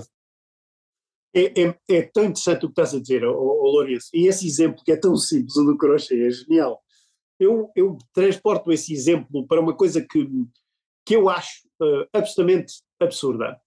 S2: É tão interessante o que estás a dizer, Lourenço, e esse exemplo que é tão simples, o do crochê, é genial. Eu transporto esse exemplo para uma coisa que eu acho absolutamente absurda,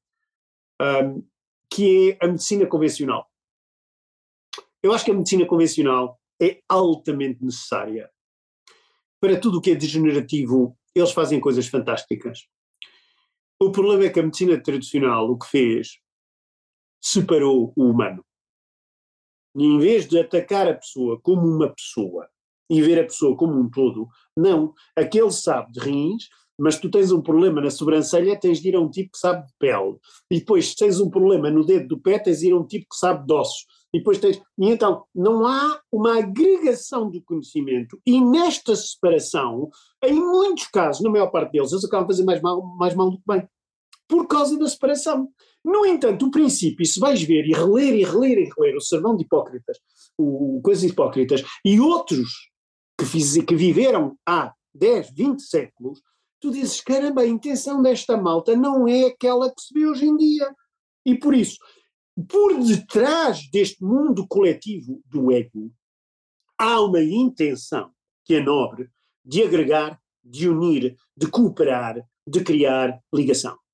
S2: que é a medicina convencional. Eu acho que a medicina convencional é altamente necessária. Para tudo o que é degenerativo, eles fazem coisas fantásticas. O problema é que a medicina tradicional, o que fez, separou o humano. E em vez de atacar a pessoa como uma pessoa e ver a pessoa como um todo, não. Aquele sabe de rins, mas tu tens um problema na sobrancelha, tens de ir a um tipo que sabe de pele. E depois, se tens um problema no dedo do pé, tens de ir a um tipo que sabe de ossos. E depois tens... E então, não há uma agregação do conhecimento. E nesta separação, em muitos casos, na maior parte deles, eles acabam a fazer mais mal do que bem. Por causa da separação. No entanto, o princípio, se vais ver e reler o Sermão de Hipócritas, o Coisas de Hipócritas, e outros que viveram há 10, 20 séculos, tu dizes, caramba, a intenção desta malta não é aquela que se vê hoje em dia. E por isso, por detrás deste mundo coletivo do ego, há uma intenção que é nobre de agregar, de unir, de cooperar, de criar ligação.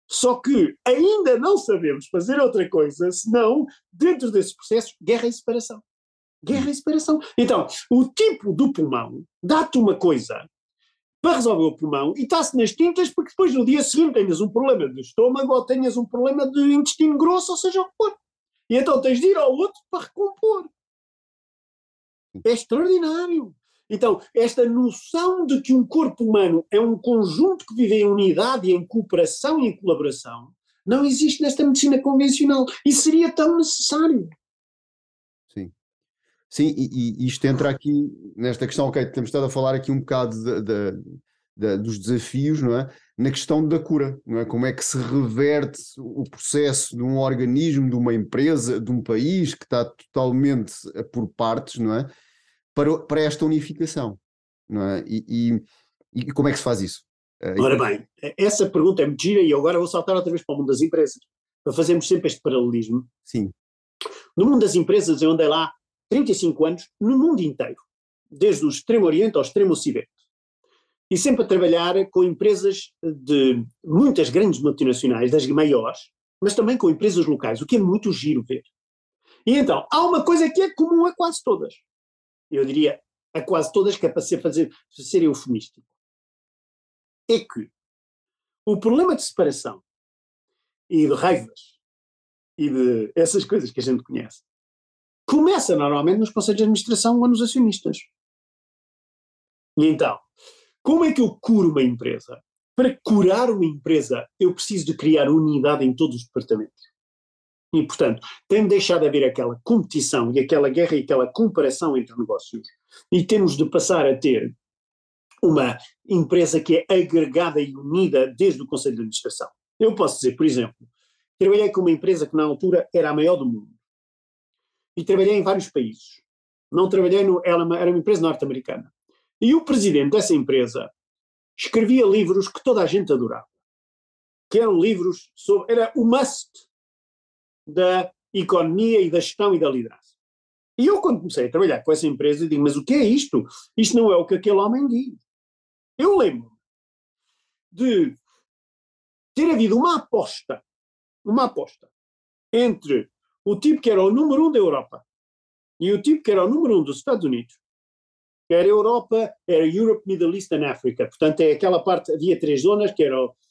S2: Só que ainda não sabemos fazer outra coisa, senão, dentro desses processos, guerra e separação. Guerra e separação. Então, o tipo do pulmão dá-te uma coisa para resolver o pulmão e está-se nas tintas porque depois no dia seguinte tenhas um problema de estômago ou tenhas um problema de intestino grosso, ou seja o que for. E então tens de ir ao outro para recompor. É extraordinário. Então, esta noção de que um corpo humano é um conjunto que vive em unidade e em cooperação e em colaboração não existe nesta medicina convencional. E seria tão necessário.
S3: Sim. Sim, e isto entra aqui nesta questão, ok, temos estado a falar aqui um bocado dos desafios, não é? Na questão da cura, não é? Como é que se reverte o processo de um organismo, de uma empresa, de um país que está totalmente por partes, não é? Para esta unificação, não é? E como é que se faz isso?
S2: Ora bem, essa pergunta é muito gira e eu agora vou saltar outra vez para o mundo das empresas, para fazermos sempre este paralelismo.
S3: Sim.
S2: No mundo das empresas eu andei lá 35 anos, no mundo inteiro, desde o extremo oriente ao extremo ocidente, e sempre a trabalhar com empresas de muitas grandes multinacionais, das maiores, mas também com empresas locais, o que é muito giro ver. E então, há uma coisa que é comum a quase todas, eu diria a quase todas, que é para ser eufemístico, é que o problema de separação e de raivas e de essas coisas que a gente conhece começa normalmente nos conselhos de administração ou nos acionistas. E então, como é que eu curo uma empresa? Para curar uma empresa, eu preciso de criar unidade em todos os departamentos. E, portanto, tem de deixar de haver aquela competição e aquela guerra e aquela comparação entre negócios. E temos de passar a ter uma empresa que é agregada e unida desde o Conselho de Administração. Eu posso dizer, por exemplo, trabalhei com uma empresa que na altura era a maior do mundo. E trabalhei em vários países. Não trabalhei era uma empresa norte-americana. E o presidente dessa empresa escrevia livros que toda a gente adorava. Que eram livros era o must da economia e da gestão e da liderança. E eu, quando comecei a trabalhar com essa empresa, digo, mas o que é isto? Isto não é o que aquele homem diz. Eu lembro de ter havido uma aposta entre o tipo que era o número 1 da Europa e o tipo que era o número 1 dos Estados Unidos, que era a Europa, era Europe, Middle East and Africa, portanto é aquela parte, havia 3 zonas, que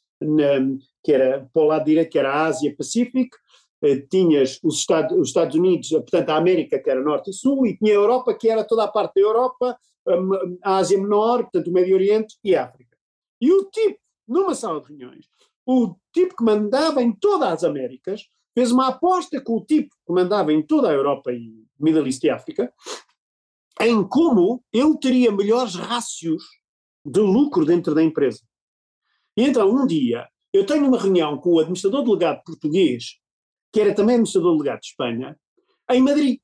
S2: era para o lado direito, que era a Ásia Pacífico, tinhas os Estados Unidos, portanto a América, que era Norte e Sul, e tinha a Europa, que era toda a parte da Europa, a Ásia Menor, portanto o Médio Oriente e a África. E o tipo, numa sala de reuniões, o tipo que mandava em todas as Américas, fez uma aposta com o tipo que mandava em toda a Europa e Middle East e África, em como ele teria melhores rácios de lucro dentro da empresa. E então, um dia, eu tenho uma reunião com o administrador delegado português, que era também administrador delegado de Espanha, em Madrid.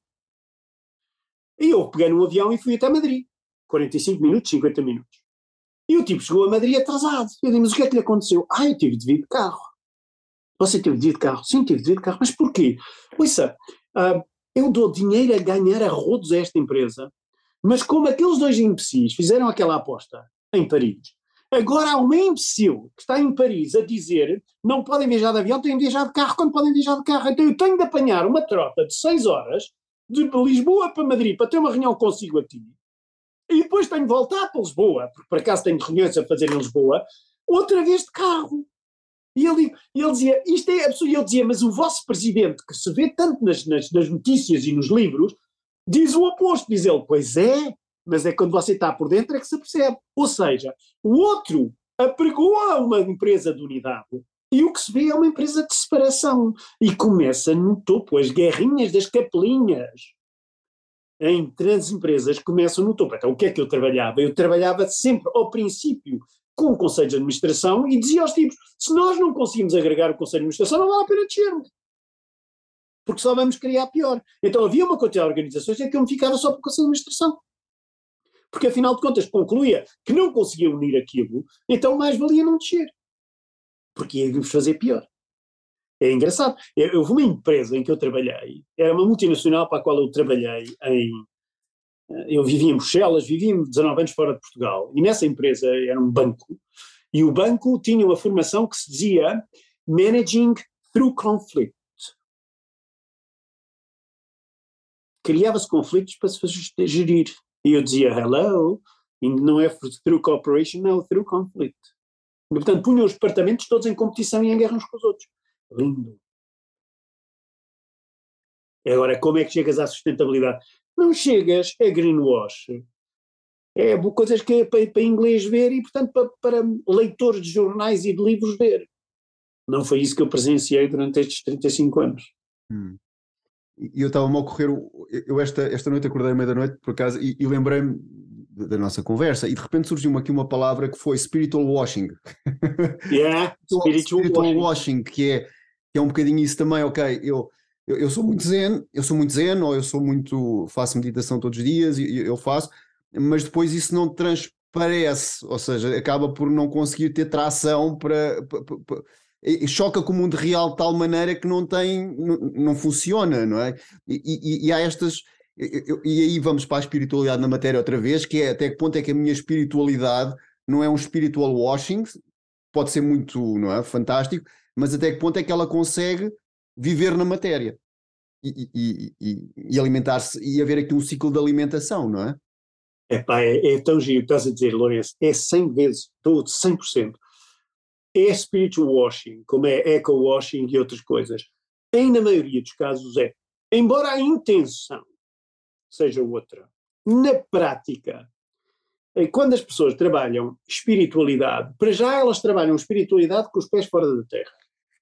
S2: E eu peguei num avião e fui até Madrid. 45 minutos, 50 minutos. E o tipo chegou a Madrid atrasado. Eu disse, mas o que é que lhe aconteceu? Eu tive de vir de carro. Você teve de vir de carro? Sim, tive de vir de carro. Mas porquê? Ouça, eu dou dinheiro a ganhar a rodos a esta empresa, mas como aqueles 2 imbecis fizeram aquela aposta em Paris, agora há uma imbecil que está em Paris a dizer não podem viajar de avião, têm de viajar de carro quando podem viajar de carro. Então eu tenho de apanhar uma trota de 6 horas de Lisboa para Madrid para ter uma reunião consigo aqui, e depois tenho de voltar para Lisboa, porque por acaso tenho reuniões a fazer em Lisboa, outra vez de carro. E ele dizia, isto é absurdo. E eu dizia, mas o vosso presidente, que se vê tanto nas notícias e nos livros, diz o oposto. Diz ele, pois é, mas é quando você está por dentro é que se percebe. Ou seja, o outro apregoa uma empresa de unidade e o que se vê é uma empresa de separação. E começa no topo, as guerrinhas das capelinhas entre as empresas começam no topo. Então o que é que eu trabalhava? Eu trabalhava sempre ao princípio com o Conselho de Administração e dizia aos tipos, se nós não conseguimos agregar o Conselho de Administração, não vale a pena descermos, porque só vamos criar pior. Então havia uma quantidade de organizações em que eu me ficava só para o Conselho de Administração, porque afinal de contas concluía que não conseguia unir aquilo, então mais valia não descer, porque íamos fazer pior. É engraçado. Houve uma empresa em que eu trabalhei, era uma multinacional para a qual eu trabalhei eu vivia em Bruxelas, vivia 19 anos fora de Portugal, e nessa empresa era um banco, e o banco tinha uma formação que se dizia managing through conflict. Criava-se conflitos para se gerir. E eu dizia, hello, e não é through cooperation, não, through conflict. E, portanto, punham os departamentos todos em competição e em guerra uns com os outros. Lindo. Agora, como é que chegas à sustentabilidade? Não chegas a greenwash. É coisas que é para inglês ver e, portanto, para leitores de jornais e de livros ver. Não foi isso que eu presenciei durante estes 35 anos.
S3: E eu estava-me a ocorrer, eu esta noite acordei à meia da noite, por acaso, e lembrei-me da nossa conversa, e de repente surgiu-me aqui uma palavra que foi spiritual washing.
S2: Yeah,
S3: spiritual washing, que é um bocadinho isso também, ok, eu sou muito zen, ou eu sou muito, faço meditação todos os dias, e eu faço, mas depois isso não transparece, ou seja, acaba por não conseguir ter tração para choca com o mundo real de tal maneira que não funciona, não é? E há estas, e aí vamos para a espiritualidade na matéria outra vez, que é até que ponto é que a minha espiritualidade não é um spiritual washing, pode ser muito, não é, fantástico, mas até que ponto é que ela consegue viver na matéria e alimentar-se, e haver aqui um ciclo de alimentação, não é?
S2: Epá, é tão giro, estás a dizer, Lourenço, é 100 vezes, todo, 100%. É spiritual washing, como é eco-washing e outras coisas. Na maioria dos casos é. Embora a intenção seja outra, na prática, quando as pessoas trabalham espiritualidade, para já elas trabalham espiritualidade com os pés fora da Terra.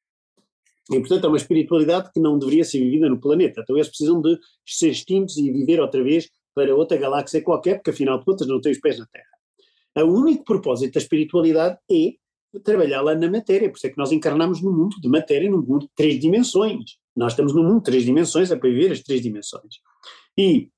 S2: E, portanto, é uma espiritualidade que não deveria ser vivida no planeta. Então eles precisam de ser extintos e viver outra vez para outra galáxia qualquer, porque afinal de contas não têm os pés na Terra. O único propósito da espiritualidade é trabalhar lá na matéria, por isso é que nós encarnamos no mundo de matéria, num mundo de 3 dimensões. Nós estamos num mundo de 3 dimensões, é para viver as 3 dimensões. E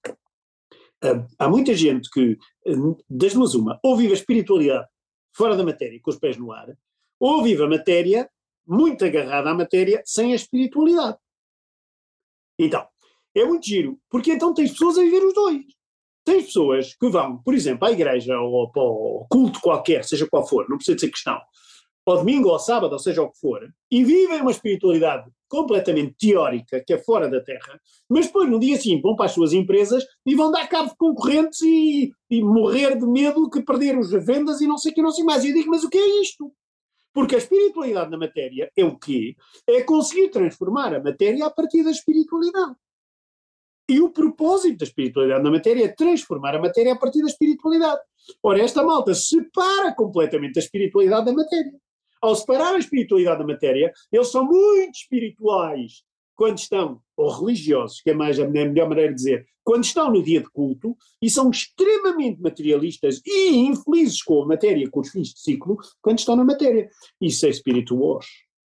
S2: há muita gente que, das duas uma, ou vive a espiritualidade fora da matéria, com os pés no ar, ou vive a matéria, muito agarrada à matéria, sem a espiritualidade. Então, é muito giro, porque então tens pessoas a viver os dois. Tens pessoas que vão, por exemplo, à igreja ou para o culto qualquer, seja qual for, não precisa de ser cristão, ao domingo ou ao sábado, ou seja o que for, e vivem uma espiritualidade completamente teórica, que é fora da Terra, mas depois no dia seguinte vão para as suas empresas e vão dar cabo de concorrentes e morrer de medo que perder as vendas e não sei o que, não sei mais. E eu digo, mas o que é isto? Porque a espiritualidade na matéria é o quê? É conseguir transformar a matéria a partir da espiritualidade. E o propósito da espiritualidade na matéria é transformar a matéria a partir da espiritualidade. Ora, esta malta separa completamente a espiritualidade da matéria. Ao separar a espiritualidade da matéria, eles são muito espirituais quando estão, ou religiosos, que é mais a melhor maneira de dizer, quando estão no dia de culto, e são extremamente materialistas e infelizes com a matéria, com os fins de ciclo, quando estão na matéria. Isso é spiritual wash.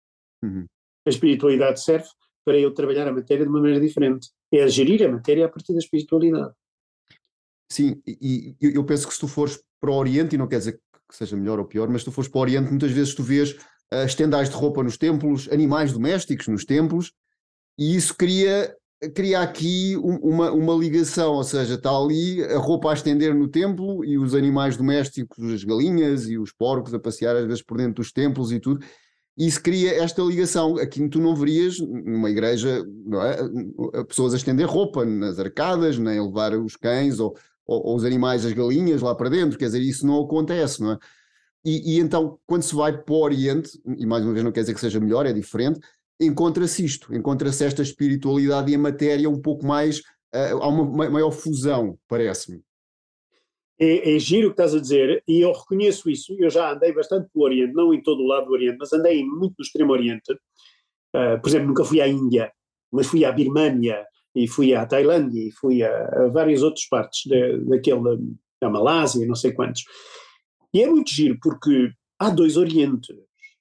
S2: A espiritualidade serve para eu trabalhar a matéria de uma maneira diferente. É gerir a matéria a partir da espiritualidade.
S3: Sim, e eu penso que se tu fores para o Oriente, e não quer dizer que seja melhor ou pior, mas se tu fores para o Oriente, muitas vezes tu vês estendais de roupa nos templos, animais domésticos nos templos, e isso cria aqui uma ligação, ou seja, está ali a roupa a estender no templo e os animais domésticos, as galinhas e os porcos a passear às vezes por dentro dos templos e tudo. E isso cria esta ligação, aqui tu não verias numa igreja, não é? Pessoas a estender roupa nas arcadas, nem levar os cães ou os animais, as galinhas lá para dentro, quer dizer, isso não acontece, não é? E então, quando se vai para o Oriente, e mais uma vez não quer dizer que seja melhor, é diferente, encontra-se esta espiritualidade e a matéria um pouco mais, há uma maior fusão, parece-me.
S2: É giro o que estás a dizer, e eu reconheço isso. Eu já andei bastante pelo Oriente, não em todo o lado do Oriente, mas andei muito no Extremo Oriente. Por exemplo, nunca fui à Índia, mas fui à Birmânia, e fui à Tailândia, e fui a várias outras partes da Malásia, não sei quantos. E é muito giro, porque há dois Orientes.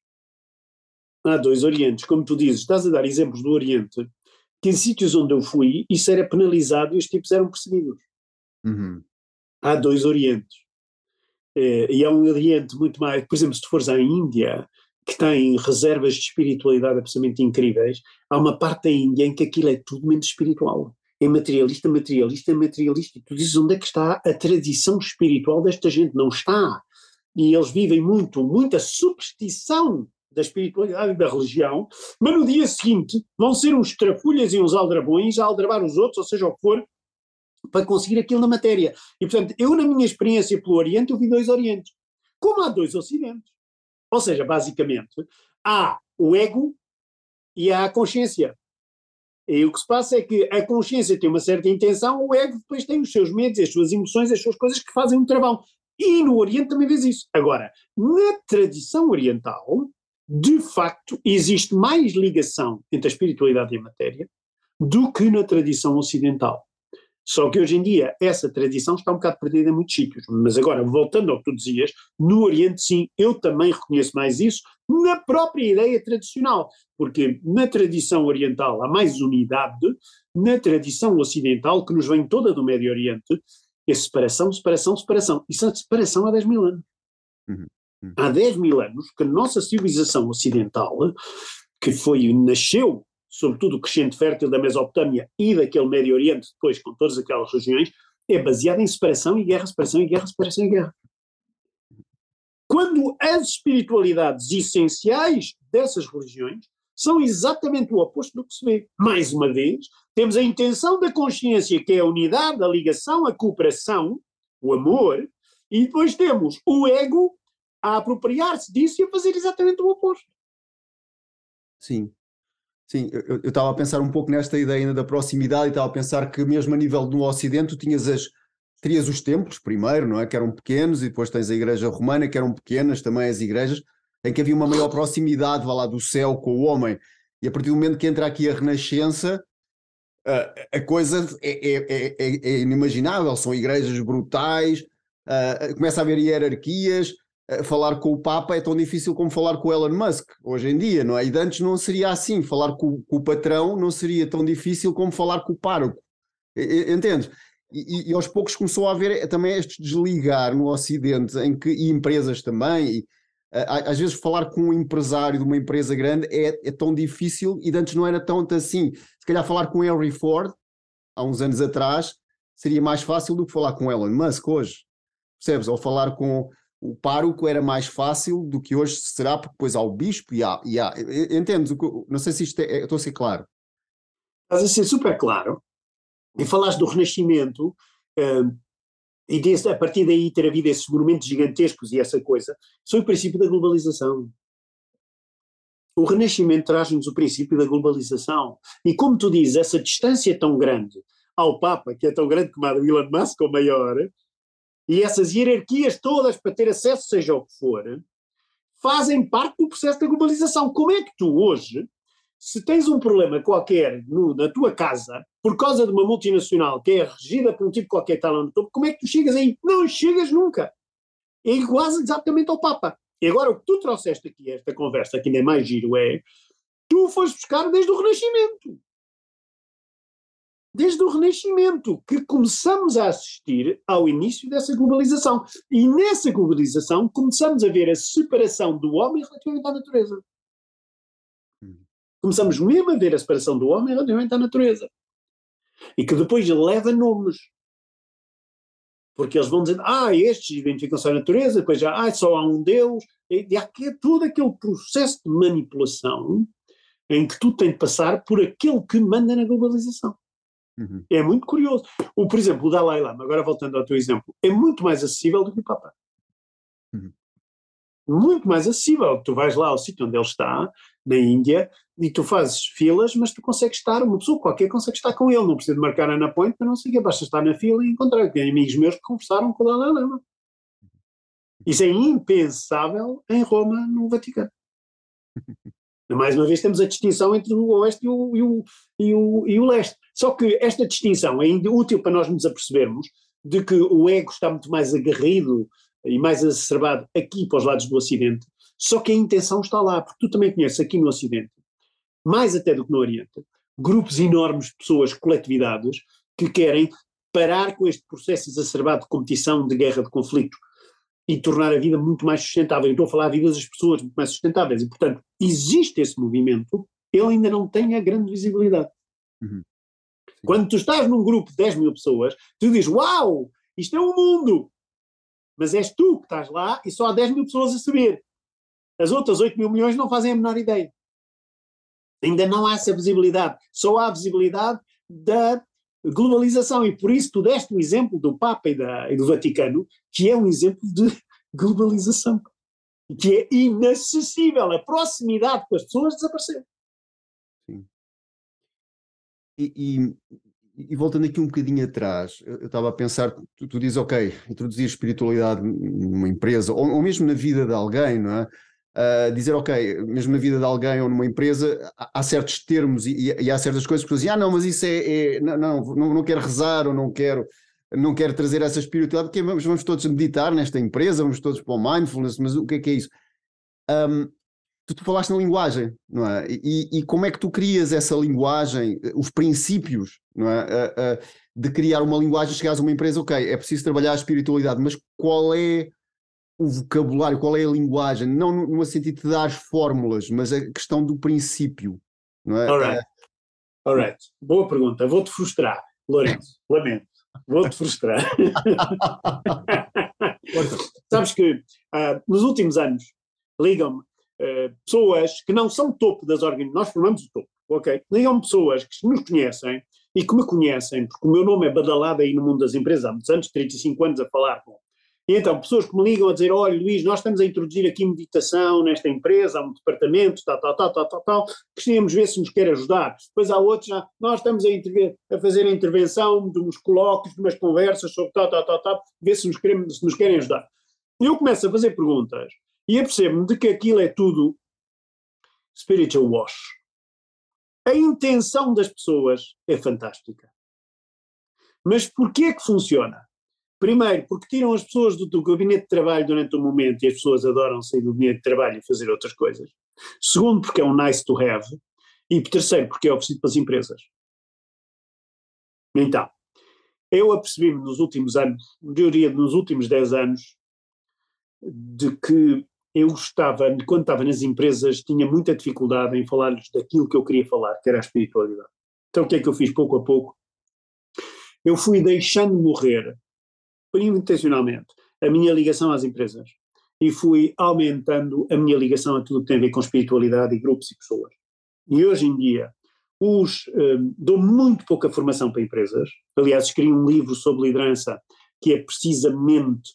S2: Como tu dizes, estás a dar exemplos do Oriente, que em sítios onde eu fui, isso era penalizado e os tipos eram perseguidos. Há dois Orientes. E é um Oriente muito mais, por exemplo, se tu fores à Índia, que tem reservas de espiritualidade absolutamente incríveis, há uma parte da Índia em que aquilo é tudo menos espiritual. É materialista, e tu dizes onde é que está a tradição espiritual desta gente? Não está. E eles vivem muita superstição da espiritualidade e da religião, mas no dia seguinte vão ser uns trafulhas e uns aldrabões a aldrabar os outros, ou seja, o que for, para conseguir aquilo na matéria. E, portanto, eu na minha experiência pelo Oriente, eu vi 2 Orientes. Como há 2 Ocidentes. Ou seja, basicamente, há o ego e há a consciência. E o que se passa é que a consciência tem uma certa intenção, o ego depois tem os seus medos, as suas emoções, as suas coisas que fazem um travão. E no Oriente também vês isso. Agora, na tradição oriental, de facto, existe mais ligação entre a espiritualidade e a matéria do que na tradição ocidental. Só que hoje em dia essa tradição está um bocado perdida em muitos sítios. Mas agora, voltando ao que tu dizias, no Oriente sim, eu também reconheço mais isso na própria ideia tradicional. Porque na tradição oriental há mais unidade, na tradição ocidental, que nos vem toda do Médio Oriente, é separação, separação, separação. Isso é separação há 10 mil anos. Há 10 mil anos que a nossa civilização ocidental, que nasceu sobretudo o crescente fértil da Mesopotâmia e daquele Médio Oriente, depois com todas aquelas regiões, é baseada em separação e guerra, separação e guerra, separação e guerra. Quando as espiritualidades essenciais dessas religiões são exatamente o oposto do que se vê. Mais uma vez, temos a intenção da consciência, que é a unidade, a ligação, a cooperação, o amor, e depois temos o ego a apropriar-se disso e a fazer exatamente o oposto.
S3: Sim. Sim, eu estava a pensar um pouco nesta ideia ainda da proximidade e estava a pensar que mesmo a nível do Ocidente tu terias os templos primeiro, não é? Que eram pequenos, e depois tens a Igreja Romana, que eram pequenas também as igrejas, em que havia uma maior proximidade, vá lá, do céu com o homem. E a partir do momento que entra aqui a Renascença, a coisa é inimaginável, são igrejas brutais, começa a haver hierarquias. Falar com o Papa é tão difícil como falar com o Elon Musk hoje em dia, não é? E de antes não seria assim, falar com o patrão não seria tão difícil como falar com o pároco, entendes? E aos poucos começou a haver também este desligar no Ocidente, e empresas também, às vezes falar com um empresário de uma empresa grande é tão difícil, e de antes não era tanto assim. Se calhar falar com Henry Ford, há uns anos atrás, seria mais fácil do que falar com Elon Musk hoje, percebes? Ou falar com o pároco era mais fácil do que hoje será, porque depois há o bispo e há entendes? Não sei se isto estou a ser claro.
S2: Estás a ser super claro, e falaste do Renascimento, e a partir daí ter havido esses monumentos gigantescos e essa coisa, isso foi o princípio da globalização. O Renascimento traz-nos o princípio da globalização, e como tu dizes, essa distância tão grande ao Papa, que é tão grande como a do Elon Musk ou maior, e essas hierarquias todas para ter acesso, seja o que for, fazem parte do processo da globalização. Como é que tu hoje, se tens um problema qualquer na tua casa, por causa de uma multinacional que é regida por um tipo qualquer que está lá no topo, como é que tu chegas aí? Não chegas nunca. É quase exatamente ao Papa. E agora o que tu trouxeste aqui, esta conversa, que ainda é mais giro, tu foste buscar desde o Renascimento. Desde o Renascimento, que começamos a assistir ao início dessa globalização. E nessa globalização começamos a ver a separação do homem relativamente à natureza. Começamos mesmo a ver a separação do homem relativamente à natureza. E que depois leva nomes. Porque eles vão dizendo, estes identificam-se à natureza, depois já, só há um Deus. E há todo aquele processo de manipulação em que tu tens de passar por aquele que manda na globalização. É muito curioso. Por exemplo, o Dalai Lama, agora voltando ao teu exemplo, é muito mais acessível do que o Papa. Muito mais acessível. Tu vais lá ao sítio onde ele está, na Índia, e tu fazes filas, mas tu consegues estar, uma pessoa qualquer consegue estar com ele, não precisa de marcar na point, mas não sei o que, basta estar na fila e encontrar. Tem amigos meus que conversaram com o Dalai Lama. Isso é impensável em Roma, no Vaticano. Mais uma vez temos a distinção entre o Oeste e o Leste. Só que esta distinção é útil para nós nos apercebermos de que o ego está muito mais aguerrido e mais exacerbado aqui para os lados do Ocidente, só que a intenção está lá, porque tu também conheces aqui no Ocidente, mais até do que no Oriente, grupos enormes de pessoas, coletividades, que querem parar com este processo exacerbado de competição, de guerra, de conflito, e tornar a vida muito mais sustentável. Eu estou a falar a vida das pessoas muito mais sustentáveis, e portanto existe esse movimento, ele ainda não tem a grande visibilidade. Quando tu estás num grupo de 10 mil pessoas, tu dizes, uau, isto é um mundo, mas és tu que estás lá e só há 10 mil pessoas a saber. As outras 8 mil milhões não fazem a menor ideia. Ainda não há essa visibilidade. Só há visibilidade da globalização. E por isso tu deste o exemplo do Papa e do Vaticano, que é um exemplo de globalização. Que é inacessível. A proximidade com as pessoas desapareceu.
S3: Sim. E voltando aqui um bocadinho atrás, eu estava a pensar, tu dizes, ok, introduzir espiritualidade numa empresa, ou mesmo na vida de alguém, não é? Dizer, ok, mesmo na vida de alguém ou numa empresa, há certos termos e há certas coisas que dizem, não, mas isso não quero rezar ou não quero trazer essa espiritualidade, porque vamos todos meditar nesta empresa, vamos todos para o mindfulness, mas o que é isso? Tu falaste na linguagem, não é? E como é que tu crias essa linguagem, os princípios, não é? De criar uma linguagem, chegares a uma empresa, ok, é preciso trabalhar a espiritualidade, mas qual é o vocabulário, qual é a linguagem? Não no sentido de dar fórmulas, mas a questão do princípio, não é?
S2: Alright. Boa pergunta. Vou-te frustrar, Lourenço. Lamento. Vou-te frustrar. Sabes que nos últimos anos ligam-me pessoas que não são topo das organizações, nós formamos o topo, ok? Ligam-me pessoas que nos conhecem e que me conhecem, porque o meu nome é badalado aí no mundo das empresas há muitos anos, 35 anos a falar com. E então, pessoas que me ligam a dizer, olha Luís, nós estamos a introduzir aqui meditação nesta empresa, há um departamento, tal, gostaríamos de ver se nos quer ajudar. Depois há outros, nós estamos a fazer a intervenção de uns colóquios, de umas conversas sobre ver se nos querem ajudar. E eu começo a fazer perguntas e apercebo-me de que aquilo é tudo spiritual wash. A intenção das pessoas é fantástica. Mas porquê é que funciona? Primeiro, porque tiram as pessoas do gabinete de trabalho durante um momento e as pessoas adoram sair do gabinete de trabalho e fazer outras coisas. Segundo, porque é um nice to have. E terceiro, porque é oferecido pelas empresas. Então, eu apercebi-me nos últimos anos, eu diria nos últimos 10 anos, de que eu quando estava nas empresas, tinha muita dificuldade em falar-lhes daquilo que eu queria falar, que era a espiritualidade. Então o que é que eu fiz pouco a pouco? Eu fui deixando morrer, intencionalmente, a minha ligação às empresas e fui aumentando a minha ligação a tudo que tem a ver com espiritualidade e grupos e pessoas. E hoje em dia dou muito pouca formação para empresas. Aliás, escrevi um livro sobre liderança que é precisamente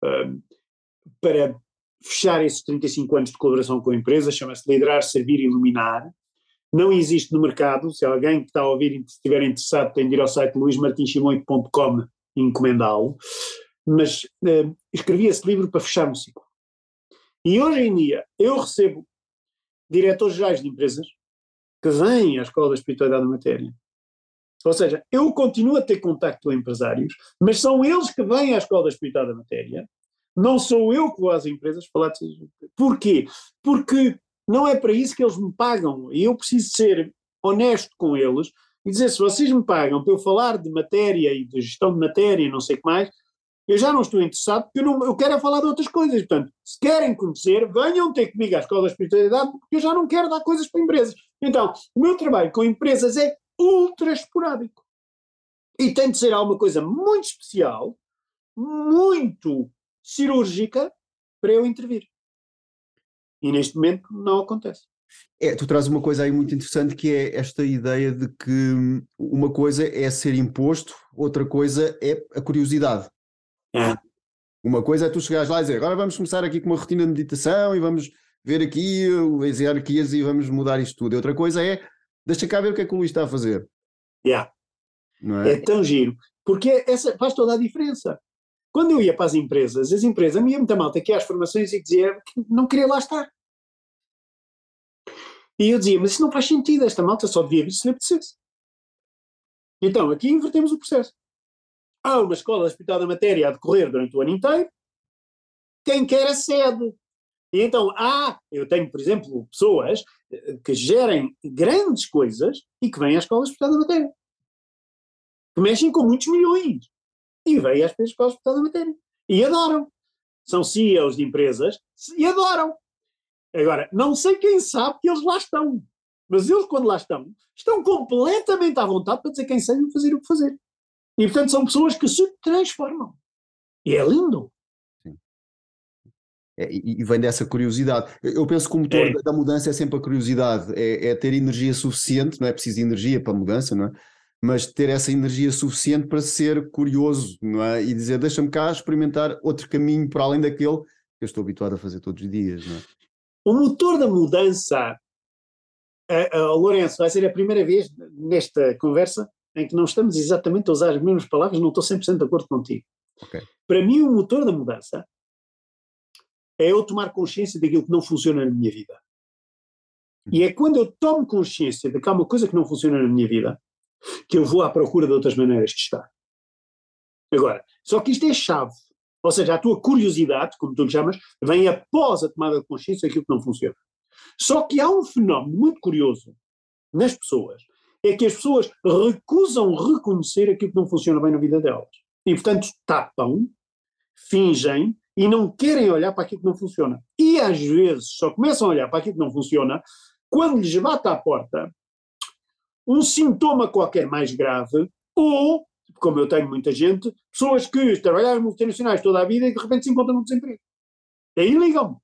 S2: para fechar esses 35 anos de colaboração com empresas, chama-se Liderar, Servir e Iluminar. Não existe no mercado, se alguém que está a ouvir estiver interessado tem de ir ao site luismartinchimoito.com e encomendá-lo, mas escrevi esse livro para fechar um ciclo. E hoje em dia eu recebo diretores gerais de empresas que vêm à Escola da Espiritualidade da Matéria. Ou seja, eu continuo a ter contacto com empresários, mas são eles que vêm à Escola da Espiritualidade da Matéria. Não sou eu que vou às empresas falar de... Porquê? Porque não é para isso que eles me pagam e eu preciso ser honesto com eles e dizer, se vocês me pagam para eu falar de matéria e de gestão de matéria e não sei o que mais, eu já não estou interessado porque eu quero é falar de outras coisas. Portanto, se querem conhecer, venham ter comigo à Escola da Espiritualidade porque eu já não quero dar coisas para empresas. Então, o meu trabalho com empresas é ultra esporádico e tem de ser alguma coisa muito especial, muito cirúrgica para eu intervir. E neste momento não acontece.
S3: Tu trazes uma coisa aí muito interessante que é esta ideia de que uma coisa é ser imposto, outra coisa é a curiosidade. Uma coisa é tu chegares lá e dizer, agora vamos começar aqui com uma rotina de meditação e vamos ver aqui as hierarquias e vamos mudar isto tudo. E outra coisa é, deixa cá ver o que é que o Luís está a fazer. Não é?
S2: É tão giro, porque essa faz toda a diferença. Quando eu ia para as empresas, a minha muita malta que ia às formações e dizia que não queria lá estar. E eu dizia, mas isso não faz sentido, esta malta só devia vir se lhe apetecesse. Então, aqui invertemos o processo. Há uma escola hospital da matéria a decorrer durante o ano inteiro, quem quer acede. E então, eu tenho, por exemplo, pessoas que gerem grandes coisas e que vêm à escola hospital da matéria. Que mexem com muitos milhões. E vêm às escolas hospital da matéria. E adoram. São CEOs de empresas e adoram. Agora, não sei quem sabe que eles lá estão, mas eles quando lá estão completamente à vontade para dizer quem sabem fazer o que fazer. E portanto são pessoas que se transformam. E é lindo.
S3: Sim. E vem dessa curiosidade. Eu penso que o motor da mudança é sempre a curiosidade, é ter energia suficiente, não é preciso energia para a mudança, não é? Mas ter essa energia suficiente para ser curioso, não é? E dizer, deixa-me cá experimentar outro caminho para além daquele que eu estou habituado a fazer todos os dias, não é?
S2: O motor da mudança, Lourenço, vai ser a primeira vez nesta conversa em que não estamos exatamente a usar as mesmas palavras, não estou 100% de acordo contigo.
S3: Okay.
S2: Para mim, o motor da mudança é eu tomar consciência daquilo que não funciona na minha vida. E é quando eu tomo consciência de que há uma coisa que não funciona na minha vida que eu vou à procura de outras maneiras de estar. Agora, só que isto é chave. Ou seja, a tua curiosidade, como tu lhe chamas, vem após a tomada de consciência daquilo que não funciona. Só que há um fenómeno muito curioso nas pessoas, é que as pessoas recusam reconhecer aquilo que não funciona bem na vida delas. E, portanto, tapam, fingem e não querem olhar para aquilo que não funciona. E, às vezes, só começam a olhar para aquilo que não funciona quando lhes bate à porta um sintoma qualquer mais grave ou, como eu tenho muita gente, pessoas que trabalharam em multinacionais toda a vida e de repente se encontram no desemprego. Aí ligam-me.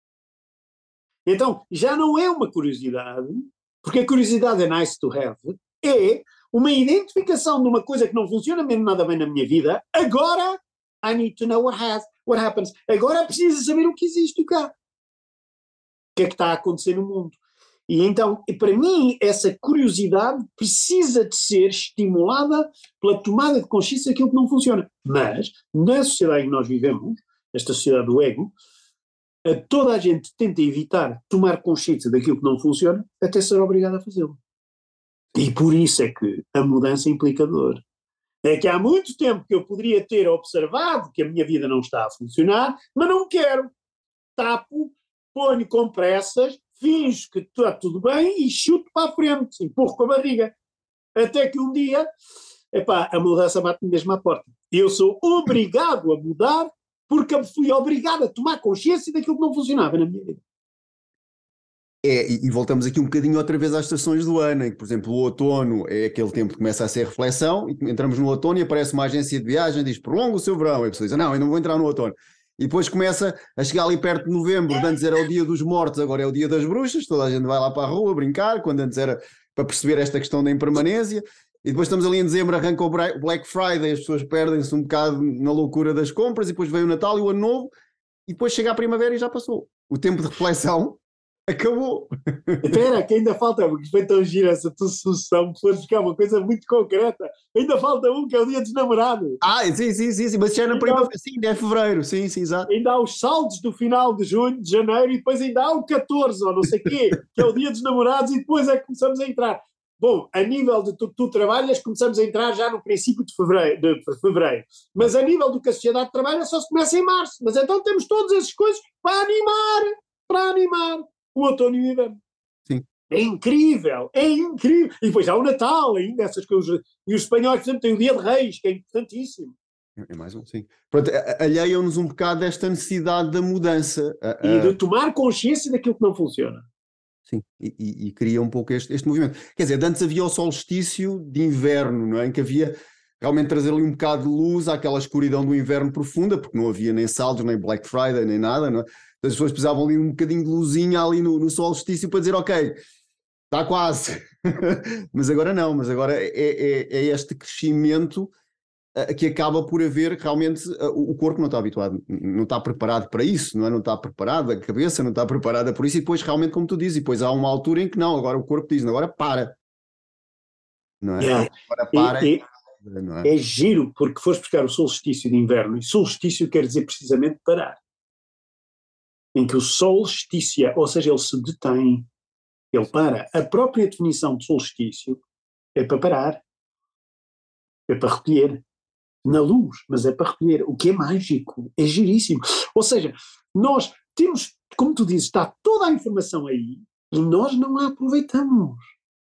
S2: Então, já não é uma curiosidade, porque a curiosidade é nice to have, é uma identificação de uma coisa que não funciona mesmo nada bem na minha vida. Agora, I need to know what happens. Agora preciso saber o que existe cá. O que é que está a acontecer no mundo. E então, para mim, essa curiosidade precisa de ser estimulada pela tomada de consciência daquilo que não funciona. Mas, na sociedade em que nós vivemos, esta sociedade do ego, toda a gente tenta evitar tomar consciência daquilo que não funciona até ser obrigado a fazê-lo. E por isso é que a mudança implica dor. É que há muito tempo que eu poderia ter observado que a minha vida não está a funcionar, mas não quero. Tapo, ponho com pressas, finjo que está tudo bem e chuto para a frente, empurro com a barriga. Até que um dia, a mudança bate-me mesmo à porta. Eu sou obrigado a mudar porque fui obrigado a tomar consciência daquilo que não funcionava na minha vida.
S3: E voltamos aqui um bocadinho outra vez às estações do ano, em que, por exemplo, o outono é aquele tempo que começa a ser reflexão, e entramos no outono e aparece uma agência de viagem e diz, prolonga o seu verão, e a pessoa diz, não, eu não vou entrar no outono. E depois começa a chegar ali perto de novembro, antes era o dia dos mortos, agora é o dia das bruxas, toda a gente vai lá para a rua brincar, quando antes era para perceber esta questão da impermanência, e depois estamos ali em dezembro, arranca o Black Friday, as pessoas perdem-se um bocado na loucura das compras, e depois vem o Natal e o Ano Novo, e depois chega a primavera e já passou. O tempo de reflexão acabou.
S2: Espera, que ainda falta, porque foi tão gira essa tua solução, for buscar uma coisa muito concreta. Ainda falta um, que é o dia dos namorados.
S3: Sim, mas já é na primavera, sim, é fevereiro, sim, exato.
S2: Ainda há os saldos do final de junho, de janeiro, e depois ainda há o 14, ou não sei o quê, que é o dia dos namorados, e depois é que começamos a entrar. Bom, a nível de tu trabalhas, começamos a entrar já no princípio de fevereiro. Mas a nível do que a sociedade trabalha, só se começa em março. Mas então temos todas essas coisas para animar o outono e o inverno.
S3: Sim.
S2: É incrível. E depois há o Natal ainda, essas coisas. E os espanhóis, por exemplo, têm o Dia de Reis, que é importantíssimo.
S3: É mais um, sim. Pronto, alheiam-nos um bocado desta necessidade da mudança.
S2: E de tomar consciência daquilo que não funciona.
S3: Sim, e cria um pouco este movimento. Quer dizer, antes havia o solstício de inverno, não é? Em que havia realmente trazer ali um bocado de luz àquela escuridão do inverno profunda, porque não havia nem saldos, nem Black Friday, nem nada, não é? As pessoas precisavam ali um bocadinho de luzinha ali no solstício para dizer, ok, está quase. Mas agora não, mas agora é este crescimento que acaba por haver realmente o corpo não está habituado, não está preparado para isso, não é? Não está preparado, a cabeça não está preparada por isso, e depois realmente, como tu dizes, e depois há uma altura em que não, agora o corpo diz, agora para, não é?
S2: Yeah.
S3: Agora para.
S2: Não é? É giro, porque foste buscar o solstício de inverno, e solstício quer dizer precisamente parar. Em que o sol esticia, ou seja, ele se detém, ele para. A própria definição de solstício é para parar, é para recolher, na luz, mas é para recolher, o que é mágico, é giríssimo. Ou seja, nós temos, como tu dizes, está toda a informação aí e nós não a aproveitamos.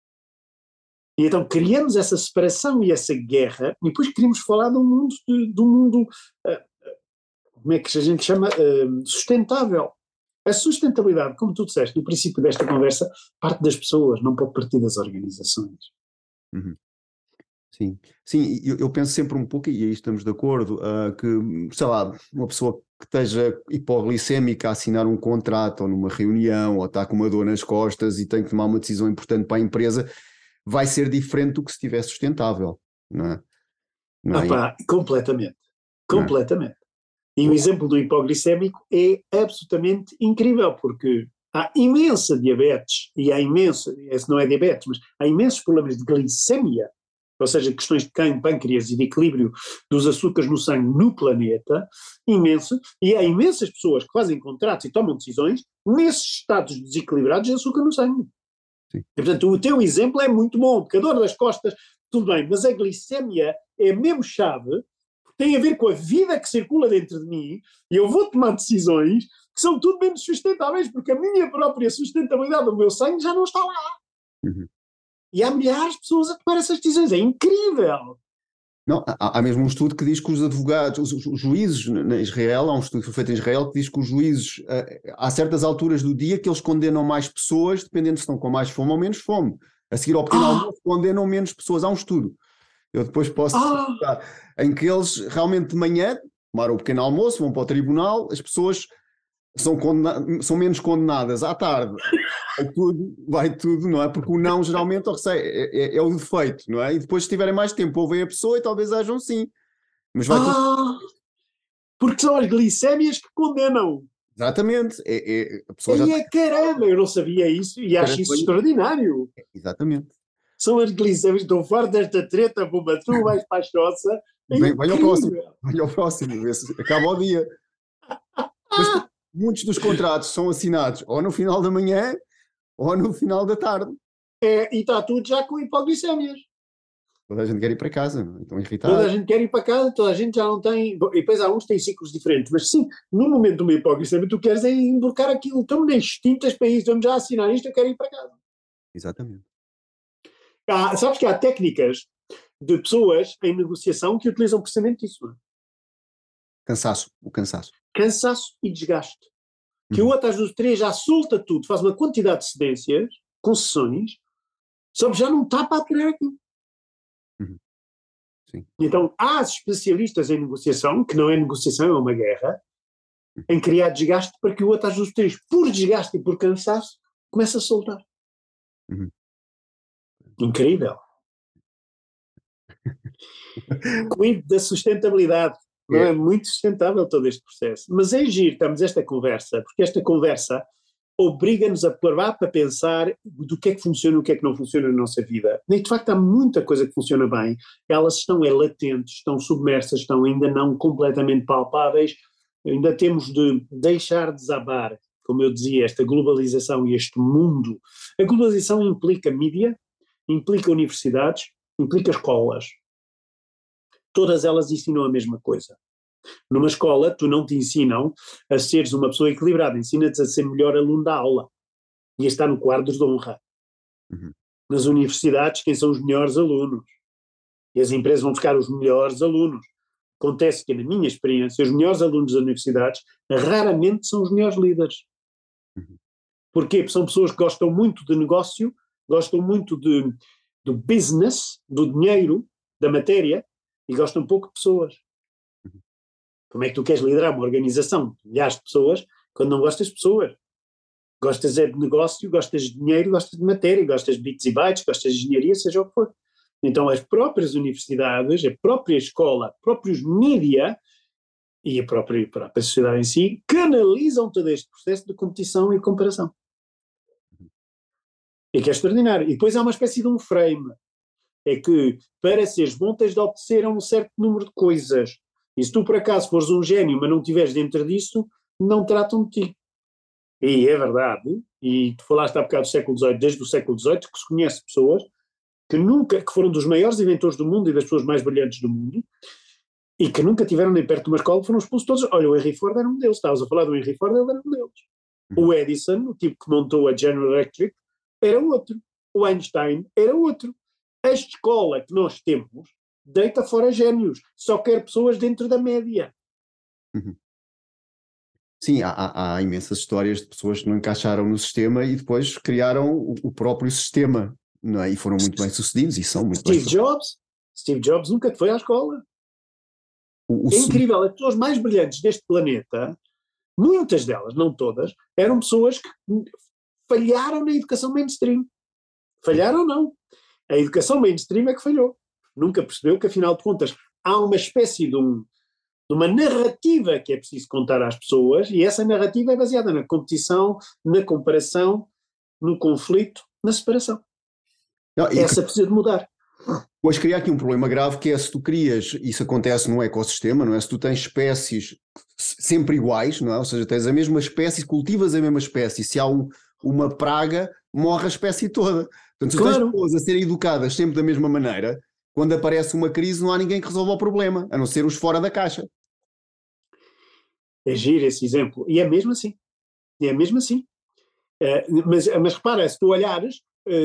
S2: E então criamos essa separação e essa guerra, e depois queremos falar do mundo como é que a gente chama, sustentável. A sustentabilidade, como tu disseste no princípio desta conversa, parte das pessoas, não pode partir das organizações.
S3: Uhum. Sim, sim, eu penso sempre um pouco, e aí estamos de acordo, que, sei lá, uma pessoa que esteja hipoglicémica a assinar um contrato ou numa reunião ou está com uma dor nas costas e tem que tomar uma decisão importante para a empresa, vai ser diferente do que se estiver sustentável, não é? Não
S2: Ah
S3: é?
S2: pá, completamente,
S3: Não é?
S2: completamente. E o exemplo do hipoglicémico é absolutamente incrível, porque há imensa diabetes, e há imensa, esse não é diabetes, mas há imensos problemas de glicemia, ou seja, questões de pâncreas e de equilíbrio dos açúcares no sangue no planeta, imenso, e há imensas pessoas que fazem contratos e tomam decisões nesses estados desequilibrados de açúcar no sangue.
S3: Sim.
S2: E, portanto, o teu exemplo é muito bom, porque a dor das costas, tudo bem, mas a glicemia é mesmo chave, tem a ver com a vida que circula dentro de mim, e eu vou tomar decisões que são tudo menos sustentáveis, porque a minha própria sustentabilidade do meu sangue já não está lá.
S3: Uhum.
S2: E há milhares de pessoas a tomar essas decisões, é incrível.
S3: Não, há mesmo um estudo que diz que os advogados, os juízes na Israel, há um estudo que foi feito em Israel que diz que os juízes, há certas alturas do dia que eles condenam mais pessoas, dependendo se estão com mais fome ou menos fome. A seguir ao pequeno almoço condenam menos pessoas. Há um estudo, eu depois posso explicar, em que eles realmente de manhã tomaram o pequeno almoço, vão para o tribunal, as pessoas são menos condenadas à tarde. Vai tudo, não é? Porque o não geralmente é o defeito, não é? E depois, se tiverem mais tempo, ouvem a pessoa e talvez hajam sim. Mas vai tudo.
S2: Porque são as glicémias que condenam.
S3: Exatamente. A pessoa já
S2: E caramba, eu não sabia isso e acho isso extraordinário.
S3: Exatamente.
S2: São as glicémias, estou fora desta treta, bomba, tu vais para a choça.
S3: Vem ao próximo. Vem ao próximo. Acaba o dia. Mas muitos dos contratos são assinados ou no final da manhã ou no final da tarde.
S2: E está tudo já com hipoglicémias.
S3: Toda a gente quer ir para casa, não? Estão irritados.
S2: Toda a gente quer ir para casa, toda a gente já não tem. E depois há uns que têm ciclos diferentes, mas sim, no momento de uma hipoglicemia, tu queres é emborcar aquilo. Estamos nem extintas para isso, vamos já assinar isto, eu quero ir para casa.
S3: Exatamente.
S2: Sabes que há técnicas de pessoas em negociação que utilizam precisamente isso. Não é?
S3: O cansaço.
S2: Cansaço e desgaste. Que o outro às vezes 3 já solta tudo, faz uma quantidade de cedências, concessões, só que já não está para aturar aquilo.
S3: Sim.
S2: Então há especialistas em negociação, que não é negociação, é uma guerra, em criar desgaste para que o outro às vezes 3, por desgaste e por cansaço, comece a soltar. Incrível. Cuide da sustentabilidade. Não é muito sustentável todo este processo. Mas é giro, estamos esta conversa, porque esta conversa obriga-nos a parar para pensar do que é que funciona e o que é que não funciona na nossa vida. E de facto há muita coisa que funciona bem, elas estão latentes, estão submersas, estão ainda não completamente palpáveis, ainda temos de deixar desabar, como eu dizia, esta globalização e este mundo. A globalização implica mídia, implica universidades, implica escolas. Todas elas ensinam a mesma coisa. Numa escola, tu não te ensinam a seres uma pessoa equilibrada, ensina-te a ser melhor aluno da aula e a estar no quadro de honra. Nas universidades, quem são os melhores alunos? E as empresas vão buscar os melhores alunos. Acontece que, na minha experiência, os melhores alunos das universidades raramente são os melhores líderes. Porquê? Porque são pessoas que gostam muito de negócio, gostam muito do business, do dinheiro, da matéria, e gostam pouco de pessoas. Como é que tu queres liderar uma organização de milhares de pessoas quando não gostas de pessoas? Gostas é de negócio, gostas de dinheiro, gostas de matéria, gostas de bits e bytes, gostas de engenharia, seja o que for. Então as próprias universidades, a própria escola, próprios mídia e a própria sociedade em si canalizam todo este processo de competição e comparação. E que é extraordinário. E depois há uma espécie de um frame. É que para seres bom tens de obedecer a um certo número de coisas. E se tu por acaso fores um gênio, mas não estiveres dentro disso, não tratam de ti. E é verdade, e tu falaste há bocado do século XVIII, desde o século XVIII que se conhece pessoas que foram dos maiores inventores do mundo e das pessoas mais brilhantes do mundo, e que nunca tiveram nem perto de uma escola, foram expulsos todos. Olha, o Henry Ford era um deles, estavas a falar do Henry Ford, ele era um deles. O Edison, o tipo que montou a General Electric, era outro. O Einstein era outro. A escola que nós temos deita fora génios, só quer pessoas dentro da média.
S3: Sim, há imensas histórias de pessoas que não encaixaram no sistema e depois criaram o próprio sistema, não é? E foram muito bem sucedidos e são muito bem sucedidos.
S2: Steve Jobs, Steve Jobs nunca foi à escola. É
S3: Sim.
S2: incrível, as pessoas mais brilhantes deste planeta, muitas delas, não todas, eram pessoas que falharam na educação mainstream. Falharam não. A educação mainstream é que falhou. Nunca percebeu que, afinal de contas, há uma espécie de uma narrativa que é preciso contar às pessoas, e essa narrativa é baseada na competição, na comparação, no conflito, na separação.
S3: Não, e
S2: Essa precisa de mudar.
S3: depois cria aqui um problema grave que é se tu crias, isso acontece no ecossistema, não é? Se tu tens espécies sempre iguais, não é? Ou seja, tens a mesma espécie, cultivas a mesma espécie, se há uma praga, morre a espécie toda. Portanto, se tu tens pessoas a serem educadas sempre da mesma maneira, quando aparece uma crise não há ninguém que resolva o problema, a não ser os fora da caixa.
S2: É giro esse exemplo. E é mesmo assim. E é mesmo assim. Mas repara, se tu olhares,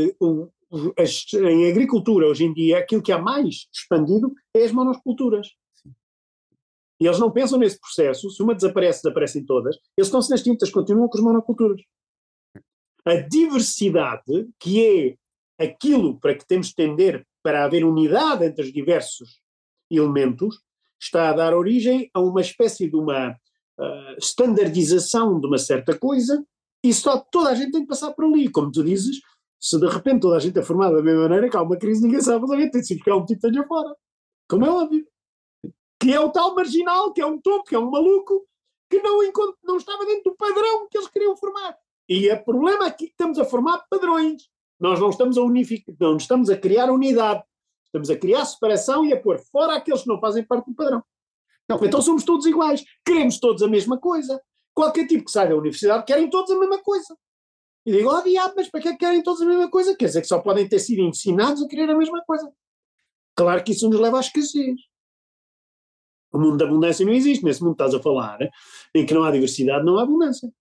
S2: em agricultura hoje em dia, aquilo que há mais expandido é as monoculturas. E eles não pensam nesse processo, se uma desaparece, desaparecem todas, eles estão-se nas tintas, continuam com as monoculturas. A diversidade, que é aquilo para que temos de tender para haver unidade entre os diversos elementos, está a dar origem a uma espécie de uma standardização de uma certa coisa, e só toda a gente tem que passar por ali. Como tu dizes, se de repente toda a gente é formada da mesma maneira, que há uma crise, ninguém sabe, mas alguém tem de se ficar um tipo de fora. Como é óbvio. Que é o tal marginal, que é um tonto, que é um maluco, que não estava dentro do padrão que eles queriam formar. E o problema aqui é que estamos a formar padrões. Nós não estamos a unificar, não estamos a criar unidade. Estamos a criar separação e a pôr fora aqueles que não fazem parte do padrão. Não, então somos todos iguais. Queremos todos a mesma coisa. Qualquer tipo que sai da universidade querem todos a mesma coisa. E digo, diabo, mas para que querem todos a mesma coisa? Quer dizer que só podem ter sido ensinados a querer a mesma coisa. Claro que isso nos leva à escassez. O mundo da abundância não existe. Nesse mundo que estás a falar, em que não há diversidade, não há abundância.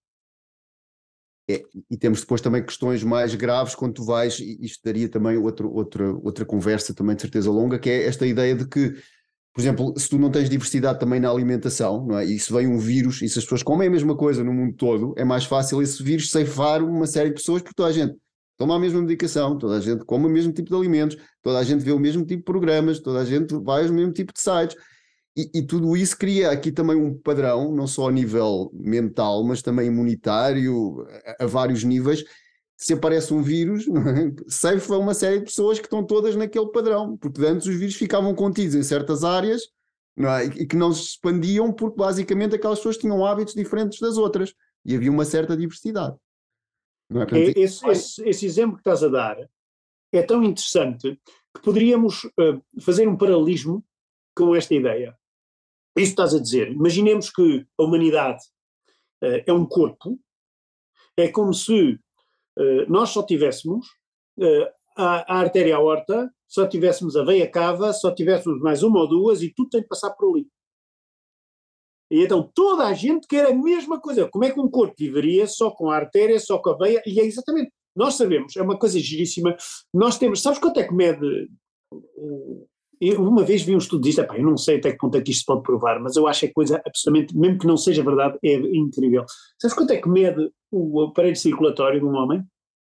S3: E temos depois também questões mais graves quando tu vais, e isto daria também outra conversa também de certeza longa, que é esta ideia de que, por exemplo, se tu não tens diversidade também na alimentação, não é? E se vem um vírus, e se as pessoas comem a mesma coisa no mundo todo, é mais fácil esse vírus ceifar uma série de pessoas, porque toda a gente toma a mesma medicação, toda a gente come o mesmo tipo de alimentos, toda a gente vê o mesmo tipo de programas, toda a gente vai ao mesmo tipo de sites. E tudo isso cria aqui também um padrão, não só a nível mental, mas também imunitário, a vários níveis. Se aparece um vírus, ceifa uma série de pessoas que estão todas naquele padrão, porque antes os vírus ficavam contidos em certas áreas, não é? E que não se expandiam porque basicamente aquelas pessoas tinham hábitos diferentes das outras e havia uma certa diversidade. Não é? Portanto,
S2: esse exemplo que estás a dar é tão interessante que poderíamos fazer um paralelismo com esta ideia. Isso estás a dizer. Imaginemos que a humanidade é um corpo, é como se nós só tivéssemos a artéria aorta, só tivéssemos a veia cava, só tivéssemos mais uma ou duas e tudo tem de passar por ali. E então toda a gente quer a mesma coisa. Como é que um corpo viveria só com a artéria, só com a veia? E é exatamente. Nós sabemos, é uma coisa giríssima. Nós temos, sabes quanto é que mede Eu uma vez vi um estudo disto, eu não sei até que ponto é que isto se pode provar, mas eu acho que é coisa absolutamente, mesmo que não seja verdade, é incrível. Sabes quanto é que mede o aparelho circulatório de um homem?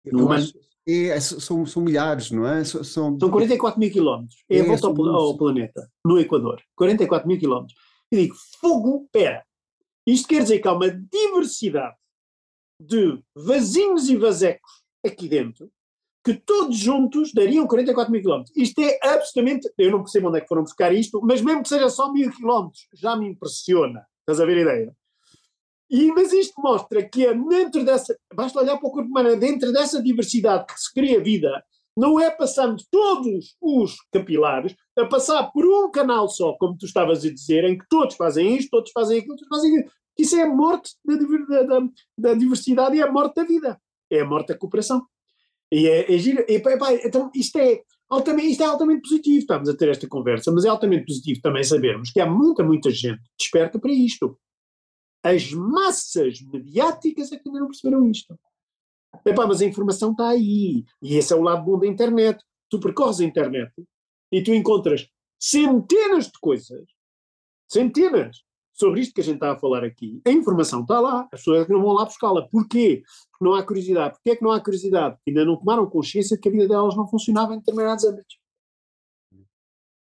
S3: são milhares, não é?
S2: São 44 mil quilómetros. É a volta ao planeta, no Equador. 44 mil quilómetros. E digo, fogo, pera. Isto quer dizer que há uma diversidade de vasinhos e vasecos aqui dentro, que todos juntos dariam 44 mil quilómetros. Isto é absolutamente, eu não percebo onde é que foram buscar isto, mas mesmo que seja só 1000 quilómetros, já me impressiona. Estás a ver a ideia? Mas isto mostra que é dentro dessa, basta olhar para o corpo humano, dentro dessa diversidade que se cria vida, não é passando todos os capilares a passar por um canal só, como tu estavas a dizer, em que todos fazem isto, todos fazem aquilo, todos fazem aquilo. Isso é a morte da diversidade e a morte da vida. É a morte da cooperação. E é giro. Então isto é altamente positivo, estamos a ter esta conversa, mas é altamente positivo também sabermos que há muita gente desperta para isto. As massas mediáticas é que ainda não perceberam isto. Mas a informação está aí, e esse é o lado bom da internet. Tu percorres a internet e tu encontras centenas de coisas, centenas, sobre isto que a gente está a falar aqui. A informação está lá, as pessoas não vão lá buscá-la. Porquê? Porque não há curiosidade. Porquê é que não há curiosidade? Porque ainda não tomaram consciência de que a vida delas não funcionava em determinados âmbitos.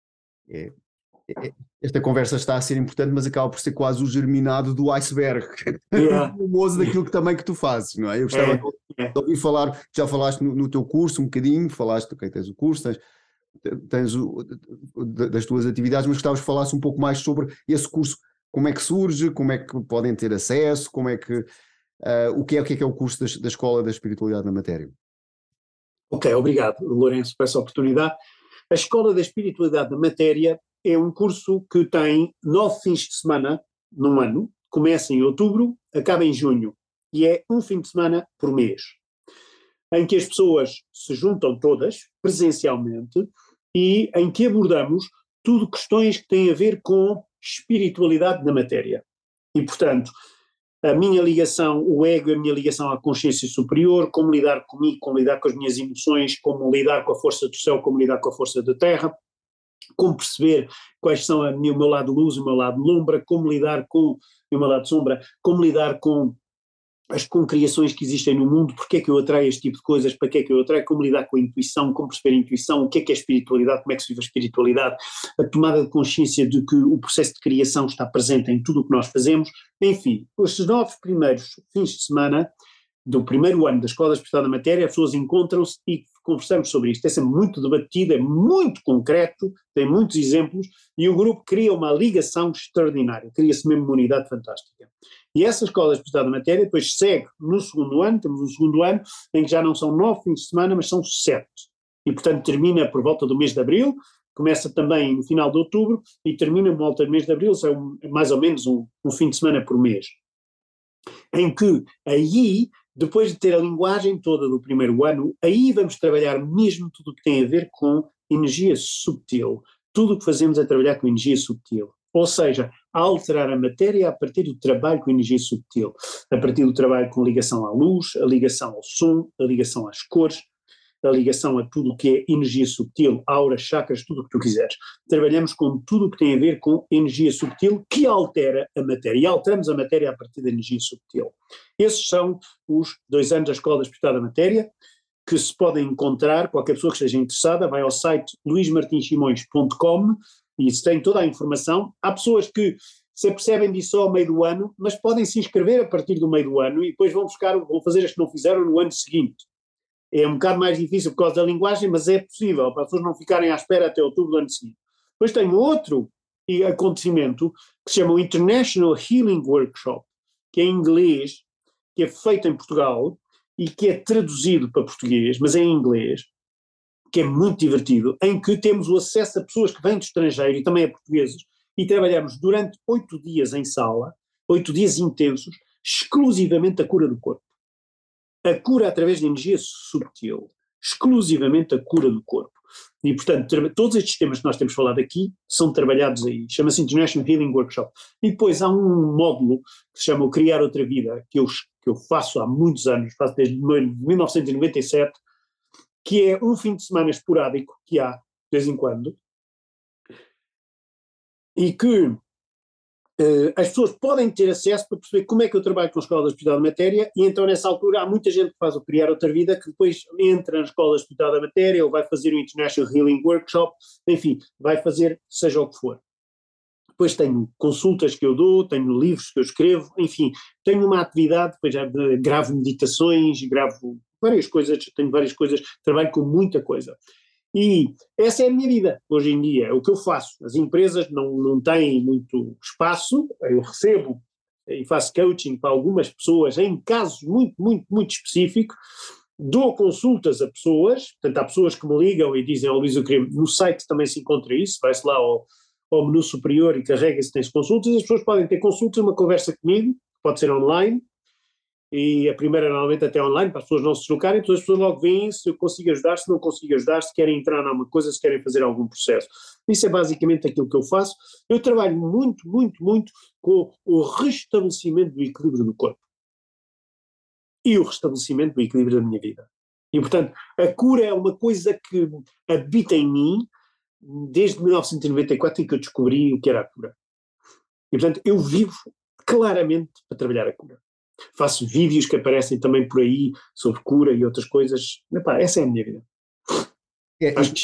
S3: é, esta conversa está a ser importante, mas acaba por ser quase o germinado do iceberg,
S2: Yeah.
S3: famoso daquilo que também que tu fazes, não é? Eu gostava de ouvir falar, já falaste no teu curso um bocadinho, falaste, ok, tens o curso, tens das tuas atividades, mas gostavas que falasse um pouco mais sobre esse curso, como é que surge, como é que podem ter acesso, como é que, o que é o curso da Escola da Espiritualidade na Matéria?
S2: Ok, obrigado, Lourenço, por essa oportunidade. A Escola da Espiritualidade da Matéria é um curso que tem 9 fins de semana num ano, começa em outubro, acaba em junho, e é um fim de semana por mês, em que as pessoas se juntam todas, presencialmente, e em que abordamos tudo questões que têm a ver com espiritualidade da matéria. E, portanto, a minha ligação, o ego, a minha ligação à consciência superior, como lidar comigo, como lidar com as minhas emoções, como lidar com a força do céu, como lidar com a força da terra, como perceber quais são o meu lado luz, o meu lado lombra, como lidar com o meu lado sombra, como lidar com as concriações que existem no mundo, porque é que eu atraio este tipo de coisas, para que é que eu atraio, como lidar com a intuição, como perceber a intuição, o que é a espiritualidade, como é que se vive a espiritualidade, a tomada de consciência de que o processo de criação está presente em tudo o que nós fazemos, enfim, os 9 primeiros fins de semana do primeiro ano da Escola da Espiritualidade da Matéria, as pessoas encontram-se e conversamos sobre isto. É sempre muito debatido, é muito concreto, tem muitos exemplos, e o grupo cria uma ligação extraordinária, cria-se mesmo uma unidade fantástica. E essa Escola da Espiritualidade da Matéria depois segue no segundo ano, temos um segundo ano, em que já não são 9 fins de semana, mas são 7. E, portanto, termina por volta do mês de abril, começa também no final de outubro e termina por volta do mês de abril, é mais ou menos um fim de semana por mês. Em que aí, depois de ter a linguagem toda do primeiro ano, aí vamos trabalhar mesmo tudo o que tem a ver com energia subtil. Tudo o que fazemos é trabalhar com energia subtil. Ou seja, a alterar a matéria a partir do trabalho com energia subtil, a partir do trabalho com ligação à luz, a ligação ao som, a ligação às cores, a ligação a tudo o que é energia subtil, auras, chakras, tudo o que tu quiseres. Trabalhamos com tudo o que tem a ver com energia subtil que altera a matéria, e alteramos a matéria a partir da energia subtil. Esses são os 2 anos da Escola da Espiritualidade da Matéria, que se podem encontrar, qualquer pessoa que esteja interessada, vai ao site luismartinsimões.com e se tem toda a informação. Há pessoas que se apercebem disso só ao meio do ano, mas podem se inscrever a partir do meio do ano e depois vão fazer as que não fizeram no ano seguinte. É um bocado mais difícil por causa da linguagem, mas é possível, para as pessoas não ficarem à espera até outubro do ano seguinte. Depois tem outro acontecimento que se chama o International Healing Workshop, que é em inglês, que é feito em Portugal e que é traduzido para português, mas é em inglês, que é muito divertido, em que temos o acesso a pessoas que vêm do estrangeiro e também a portugueses, e trabalhamos durante 8 dias em sala, 8 dias intensos, exclusivamente a cura do corpo. A cura através de energia subtil, exclusivamente a cura do corpo. E, portanto, todos estes temas que nós temos falado aqui são trabalhados aí, chama-se International Healing Workshop. E depois há um módulo que se chama o Criar Outra Vida, que eu faço há muitos anos, faço desde 1997, que é um fim de semana esporádico que há, de vez em quando, e que as pessoas podem ter acesso para perceber como é que eu trabalho com a Escola da Espiritualidade da Matéria, e então nessa altura há muita gente que faz o Criar Outra Vida, que depois entra na Escola da Espiritualidade da Matéria, ou vai fazer o International Healing Workshop, enfim, vai fazer seja o que for. Depois tenho consultas que eu dou, tenho livros que eu escrevo, enfim, tenho uma atividade, depois já gravo meditações, gravo várias coisas, tenho várias coisas, trabalho com muita coisa. E essa é a minha vida hoje em dia, é o que eu faço. As empresas não têm muito espaço, eu recebo e faço coaching para algumas pessoas em casos muito, muito, muito específicos, dou consultas a pessoas, portanto há pessoas que me ligam e dizem, Luís, eu queria, no site também se encontra isso, vai-se lá ao menu superior e carrega-se, tem-se consultas, e as pessoas podem ter consultas, uma conversa comigo, pode ser online, e a primeira normalmente até online, para as pessoas não se deslocarem, então as pessoas logo veem se eu consigo ajudar, se não consigo ajudar, se querem entrar numa coisa, se querem fazer algum processo. Isso é basicamente aquilo que eu faço. Eu trabalho muito, muito, muito com o restabelecimento do equilíbrio do corpo e o restabelecimento do equilíbrio da minha vida. E, portanto, a cura é uma coisa que habita em mim desde 1994, em que eu descobri o que era a cura. E, portanto, eu vivo claramente para trabalhar a cura. Faço vídeos que aparecem também por aí sobre cura e outras coisas. Epá, essa é a minha vida. Acho que chega.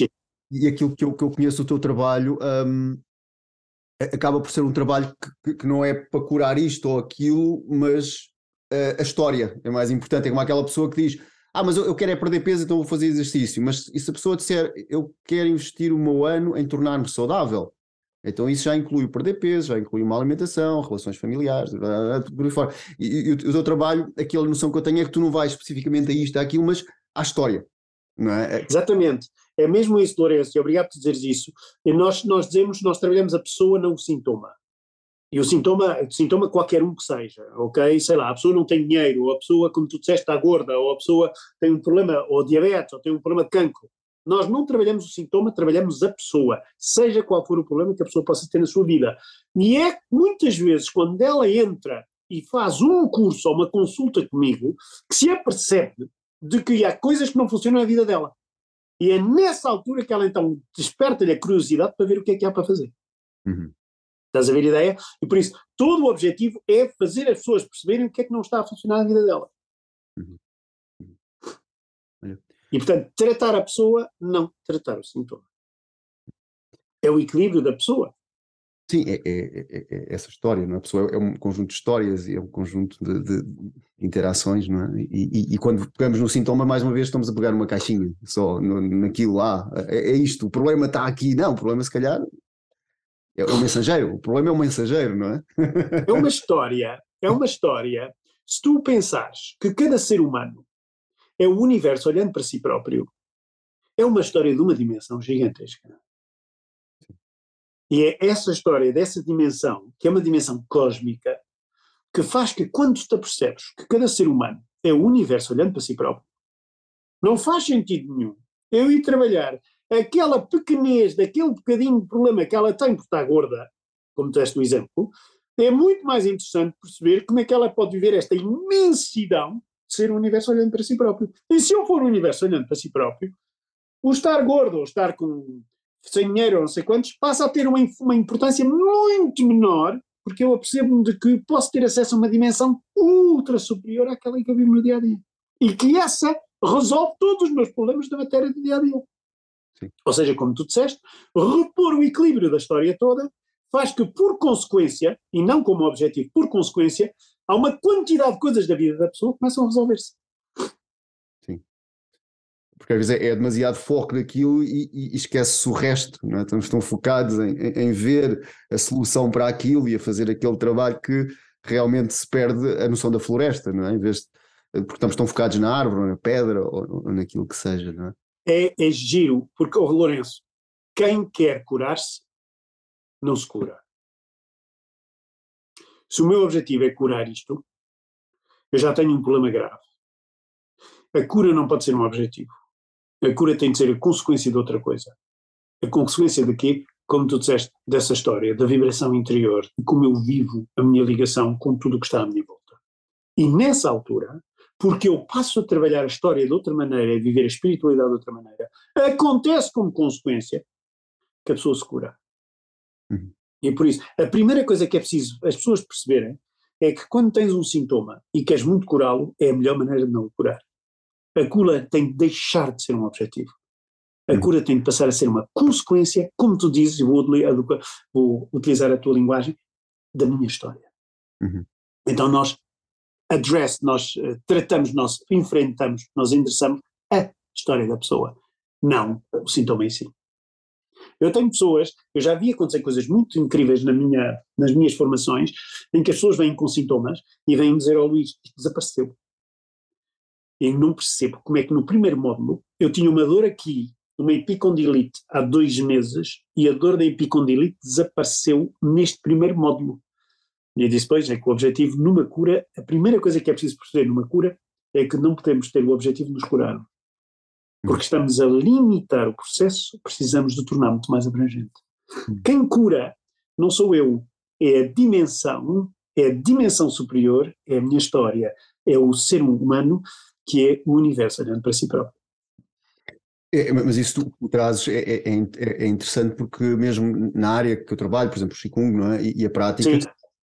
S3: e aquilo que eu conheço do teu trabalho, acaba por ser um trabalho que não é para curar isto ou aquilo, mas a história é mais importante. É como aquela pessoa que diz: mas eu quero é perder peso, então vou fazer exercício. Mas e se a pessoa disser: eu quero investir o meu ano em tornar-me saudável? Então isso já inclui o perder peso, já inclui uma alimentação, relações familiares, por aí fora. E o teu trabalho, aquela noção que eu tenho é que tu não vais especificamente a isto, a aquilo, mas à história, não é?
S2: Exatamente. É mesmo isso, Lourenço, e obrigado por dizeres isso. E nós dizemos, nós trabalhamos a pessoa, não o sintoma. E o sintoma qualquer um que seja, ok? Sei lá, a pessoa não tem dinheiro, ou a pessoa, como tu disseste, está gorda, ou a pessoa tem um problema, ou diabetes, ou tem um problema de cancro. Nós não trabalhamos o sintoma, trabalhamos a pessoa, seja qual for o problema que a pessoa possa ter na sua vida. E é que muitas vezes, quando ela entra e faz um curso ou uma consulta comigo, que se apercebe de que há coisas que não funcionam na vida dela. E é nessa altura que ela então desperta-lhe a curiosidade para ver o que é que há para fazer.
S3: Uhum.
S2: Estás a ver a ideia? E por isso, todo o objetivo é fazer as pessoas perceberem o que é que não está a funcionar na vida dela.
S3: Uhum.
S2: E, portanto, tratar a pessoa, não tratar o sintoma. É o equilíbrio da pessoa.
S3: Sim, é essa história, não é? A pessoa é um conjunto de histórias e é um conjunto de interações, não é? E quando pegamos no sintoma, mais uma vez estamos a pegar uma caixinha só naquilo lá. É isto, o problema está aqui. Não, o problema se calhar é o mensageiro. O problema é o mensageiro, não é?
S2: É uma história, é uma história. Se tu pensares que cada ser humano é o universo olhando para si próprio, é uma história de uma dimensão gigantesca. E é essa história dessa dimensão, que é uma dimensão cósmica, que faz que quando tu te apercebes que cada ser humano é o universo olhando para si próprio, não faz sentido nenhum eu ir trabalhar aquela pequenez daquele bocadinho de problema que ela tem por estar gorda, como tu deste o exemplo, é muito mais interessante perceber como é que ela pode viver esta imensidão de ser um universo olhando para si próprio. E se eu for um universo olhando para si próprio, o estar gordo ou estar sem dinheiro ou não sei quantos passa a ter uma importância muito menor, porque eu apercebo-me de que posso ter acesso a uma dimensão ultra superior àquela que eu vivo no dia a dia. E que essa resolve todos os meus problemas da matéria do dia a dia.
S3: Sim.
S2: Ou seja, como tu disseste, repor o equilíbrio da história toda faz que, por consequência, e não como objetivo, por consequência, há uma quantidade de coisas da vida da pessoa que começam a resolver-se.
S3: Sim. Porque às vezes é demasiado foco naquilo e esquece-se o resto, não é? Estamos tão focados em ver a solução para aquilo e a fazer aquele trabalho que realmente se perde a noção da floresta, não é? Em vez porque estamos tão focados na árvore, ou na pedra, ou naquilo que seja, não é?
S2: É giro, porque, Lourenço, quem quer curar-se, não se cura. Se o meu objetivo é curar isto, eu já tenho um problema grave. A cura não pode ser um objetivo. A cura tem de ser a consequência de outra coisa. A consequência de quê? Como tu disseste, dessa história, da vibração interior, de como eu vivo a minha ligação com tudo o que está à minha volta. E nessa altura, porque eu passo a trabalhar a história de outra maneira e viver a espiritualidade de outra maneira, acontece como consequência que a pessoa se cura.
S3: Uhum.
S2: E por isso, a primeira coisa que é preciso as pessoas perceberem é que quando tens um sintoma e queres muito curá-lo, é a melhor maneira de não o curar. A cura tem de deixar de ser um objetivo. A cura tem de passar a ser uma consequência, como tu dizes, e vou utilizar a tua linguagem, da minha história.
S3: Uhum.
S2: Então nós tratamos, nós enfrentamos, nós endereçamos a história da pessoa, não o sintoma em si. Eu tenho pessoas, eu já vi acontecer coisas muito incríveis nas minhas formações, em que as pessoas vêm com sintomas e vêm dizer ao Luís, isto desapareceu. Eu não percebo como é que no primeiro módulo eu tinha uma dor aqui, uma epicondilite há 2 meses, e a dor da epicondilite desapareceu neste primeiro módulo. E eu disse, pois, é que o objetivo numa cura, a primeira coisa que é preciso perceber numa cura é que não podemos ter o objetivo de nos curar. Porque estamos a limitar o processo, precisamos de tornar muito mais abrangente. Quem cura não sou eu, é a dimensão superior, é a minha história, é o ser humano que é o universo olhando para si próprio.
S3: Mas isso tu trazes é interessante porque mesmo na área que eu trabalho, por exemplo, o Qigong, não é? E a prática,
S2: Sim.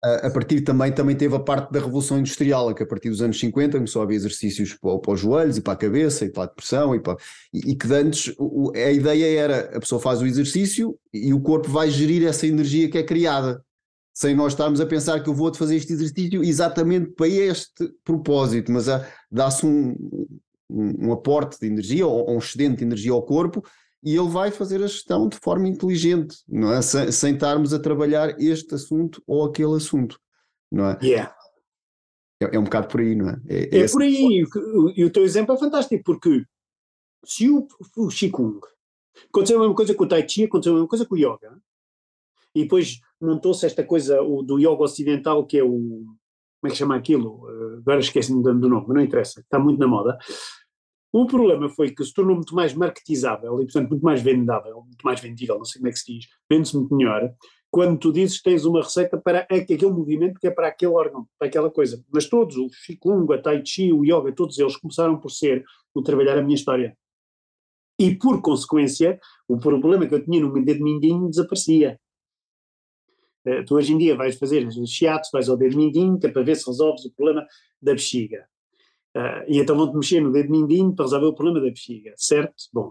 S3: a partir também teve a parte da Revolução Industrial, que a partir dos anos 50 começou a haver exercícios para os joelhos e para a cabeça e para a depressão e que antes a ideia era a pessoa faz o exercício e o corpo vai gerir essa energia que é criada, sem nós estarmos a pensar que eu vou-te fazer este exercício exatamente para este propósito, mas dá-se um aporte de energia ou um excedente de energia ao corpo e ele vai fazer a gestão de forma inteligente, não é? Sem estarmos a trabalhar este assunto ou aquele assunto, não é?
S2: Yeah.
S3: É um bocado por aí, não é?
S2: É por aí, e o teu exemplo é fantástico, porque se o Qigong aconteceu a mesma coisa com o Tai Chi, aconteceu a mesma coisa com o Yoga, e depois montou-se esta coisa do Yoga ocidental, que é o, como é que chama aquilo? Agora esqueci-me do nome, mas não interessa, está muito na moda. O problema foi que se tornou muito mais marketizável e, portanto, muito mais vendável, muito mais vendível, não sei como é que se diz, vende-se muito melhor, quando tu dizes que tens uma receita para aquele movimento que é para aquele órgão, para aquela coisa. Mas todos, o Qigong, a Tai Chi, o Yoga, todos eles começaram por ser o trabalhar a minha história. E, por consequência, o problema que eu tinha no meu dedo mindinho desaparecia. Tu hoje em dia vais fazer shiatsu, vais ao dedo mindinho, que é para ver se resolves o problema da bexiga. E então vão-te mexer no dedo mindinho para resolver o problema da bexiga, certo? Bom,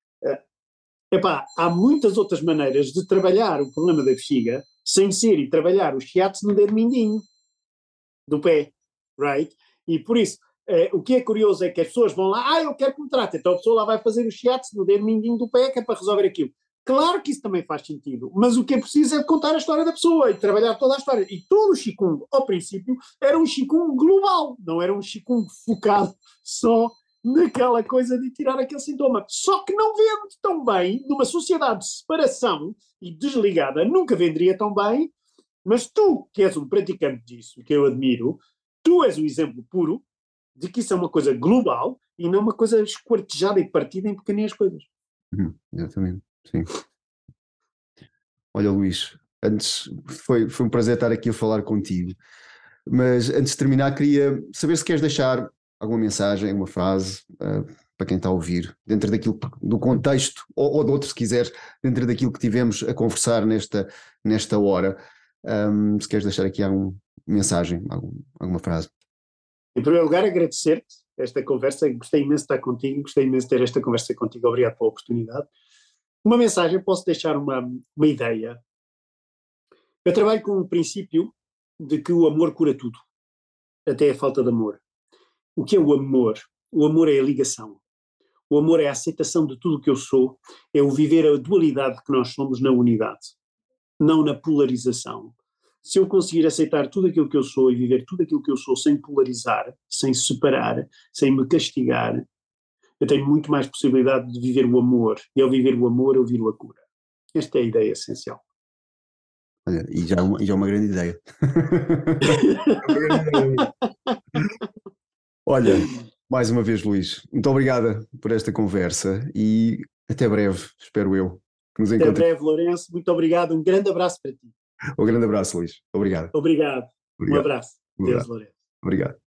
S2: há muitas outras maneiras de trabalhar o problema da bexiga sem ser e trabalhar o shiatsu no dedo mindinho do pé, right? E por isso, o que é curioso é que as pessoas vão lá, eu quero que me trate, então a pessoa lá vai fazer o shiatsu no dedo mindinho do pé, que é para resolver aquilo. Claro que isso também faz sentido, mas o que é preciso é contar a história da pessoa e trabalhar toda a história. E todo o Qigong, ao princípio, era um Qigong global, não era um Qigong focado só naquela coisa de tirar aquele sintoma. Só que não vende tão bem, numa sociedade de separação e desligada, nunca venderia tão bem, mas tu, que és um praticante disso, que eu admiro, tu és o exemplo puro de que isso é uma coisa global e não uma coisa esquartejada e partida em pequenas coisas.
S3: Exatamente. Sim. Olha, Luís, antes foi um prazer estar aqui a falar contigo, mas antes de terminar queria saber se queres deixar alguma mensagem, uma frase para quem está a ouvir, dentro daquilo do contexto, ou de outro se quiseres, dentro daquilo que tivemos a conversar nesta hora, se queres deixar aqui alguma mensagem, alguma frase.
S2: Em primeiro lugar, agradecer-te esta conversa, gostei imenso de estar contigo, gostei imenso de ter esta conversa contigo, obrigado pela oportunidade. Uma mensagem, posso deixar uma ideia. Eu trabalho com o princípio de que o amor cura tudo, até a falta de amor. O que é o amor? O amor é a ligação. O amor é a aceitação de tudo o que eu sou, é o viver a dualidade que nós somos na unidade, não na polarização. Se eu conseguir aceitar tudo aquilo que eu sou e viver tudo aquilo que eu sou sem polarizar, sem separar, sem me castigar, eu tenho muito mais possibilidade de viver o amor. E ao viver o amor, eu viro a cura. Esta é a ideia essencial.
S3: Olha, e já é uma grande ideia. Olha, mais uma vez, Luís, muito obrigada por esta conversa e até breve, espero eu. Que nos
S2: até breve, Lourenço. Muito obrigado. Um grande abraço para ti.
S3: Um grande abraço, Luís. Obrigado.
S2: Obrigado. Um abraço. Deus, Lourenço.
S3: Obrigado.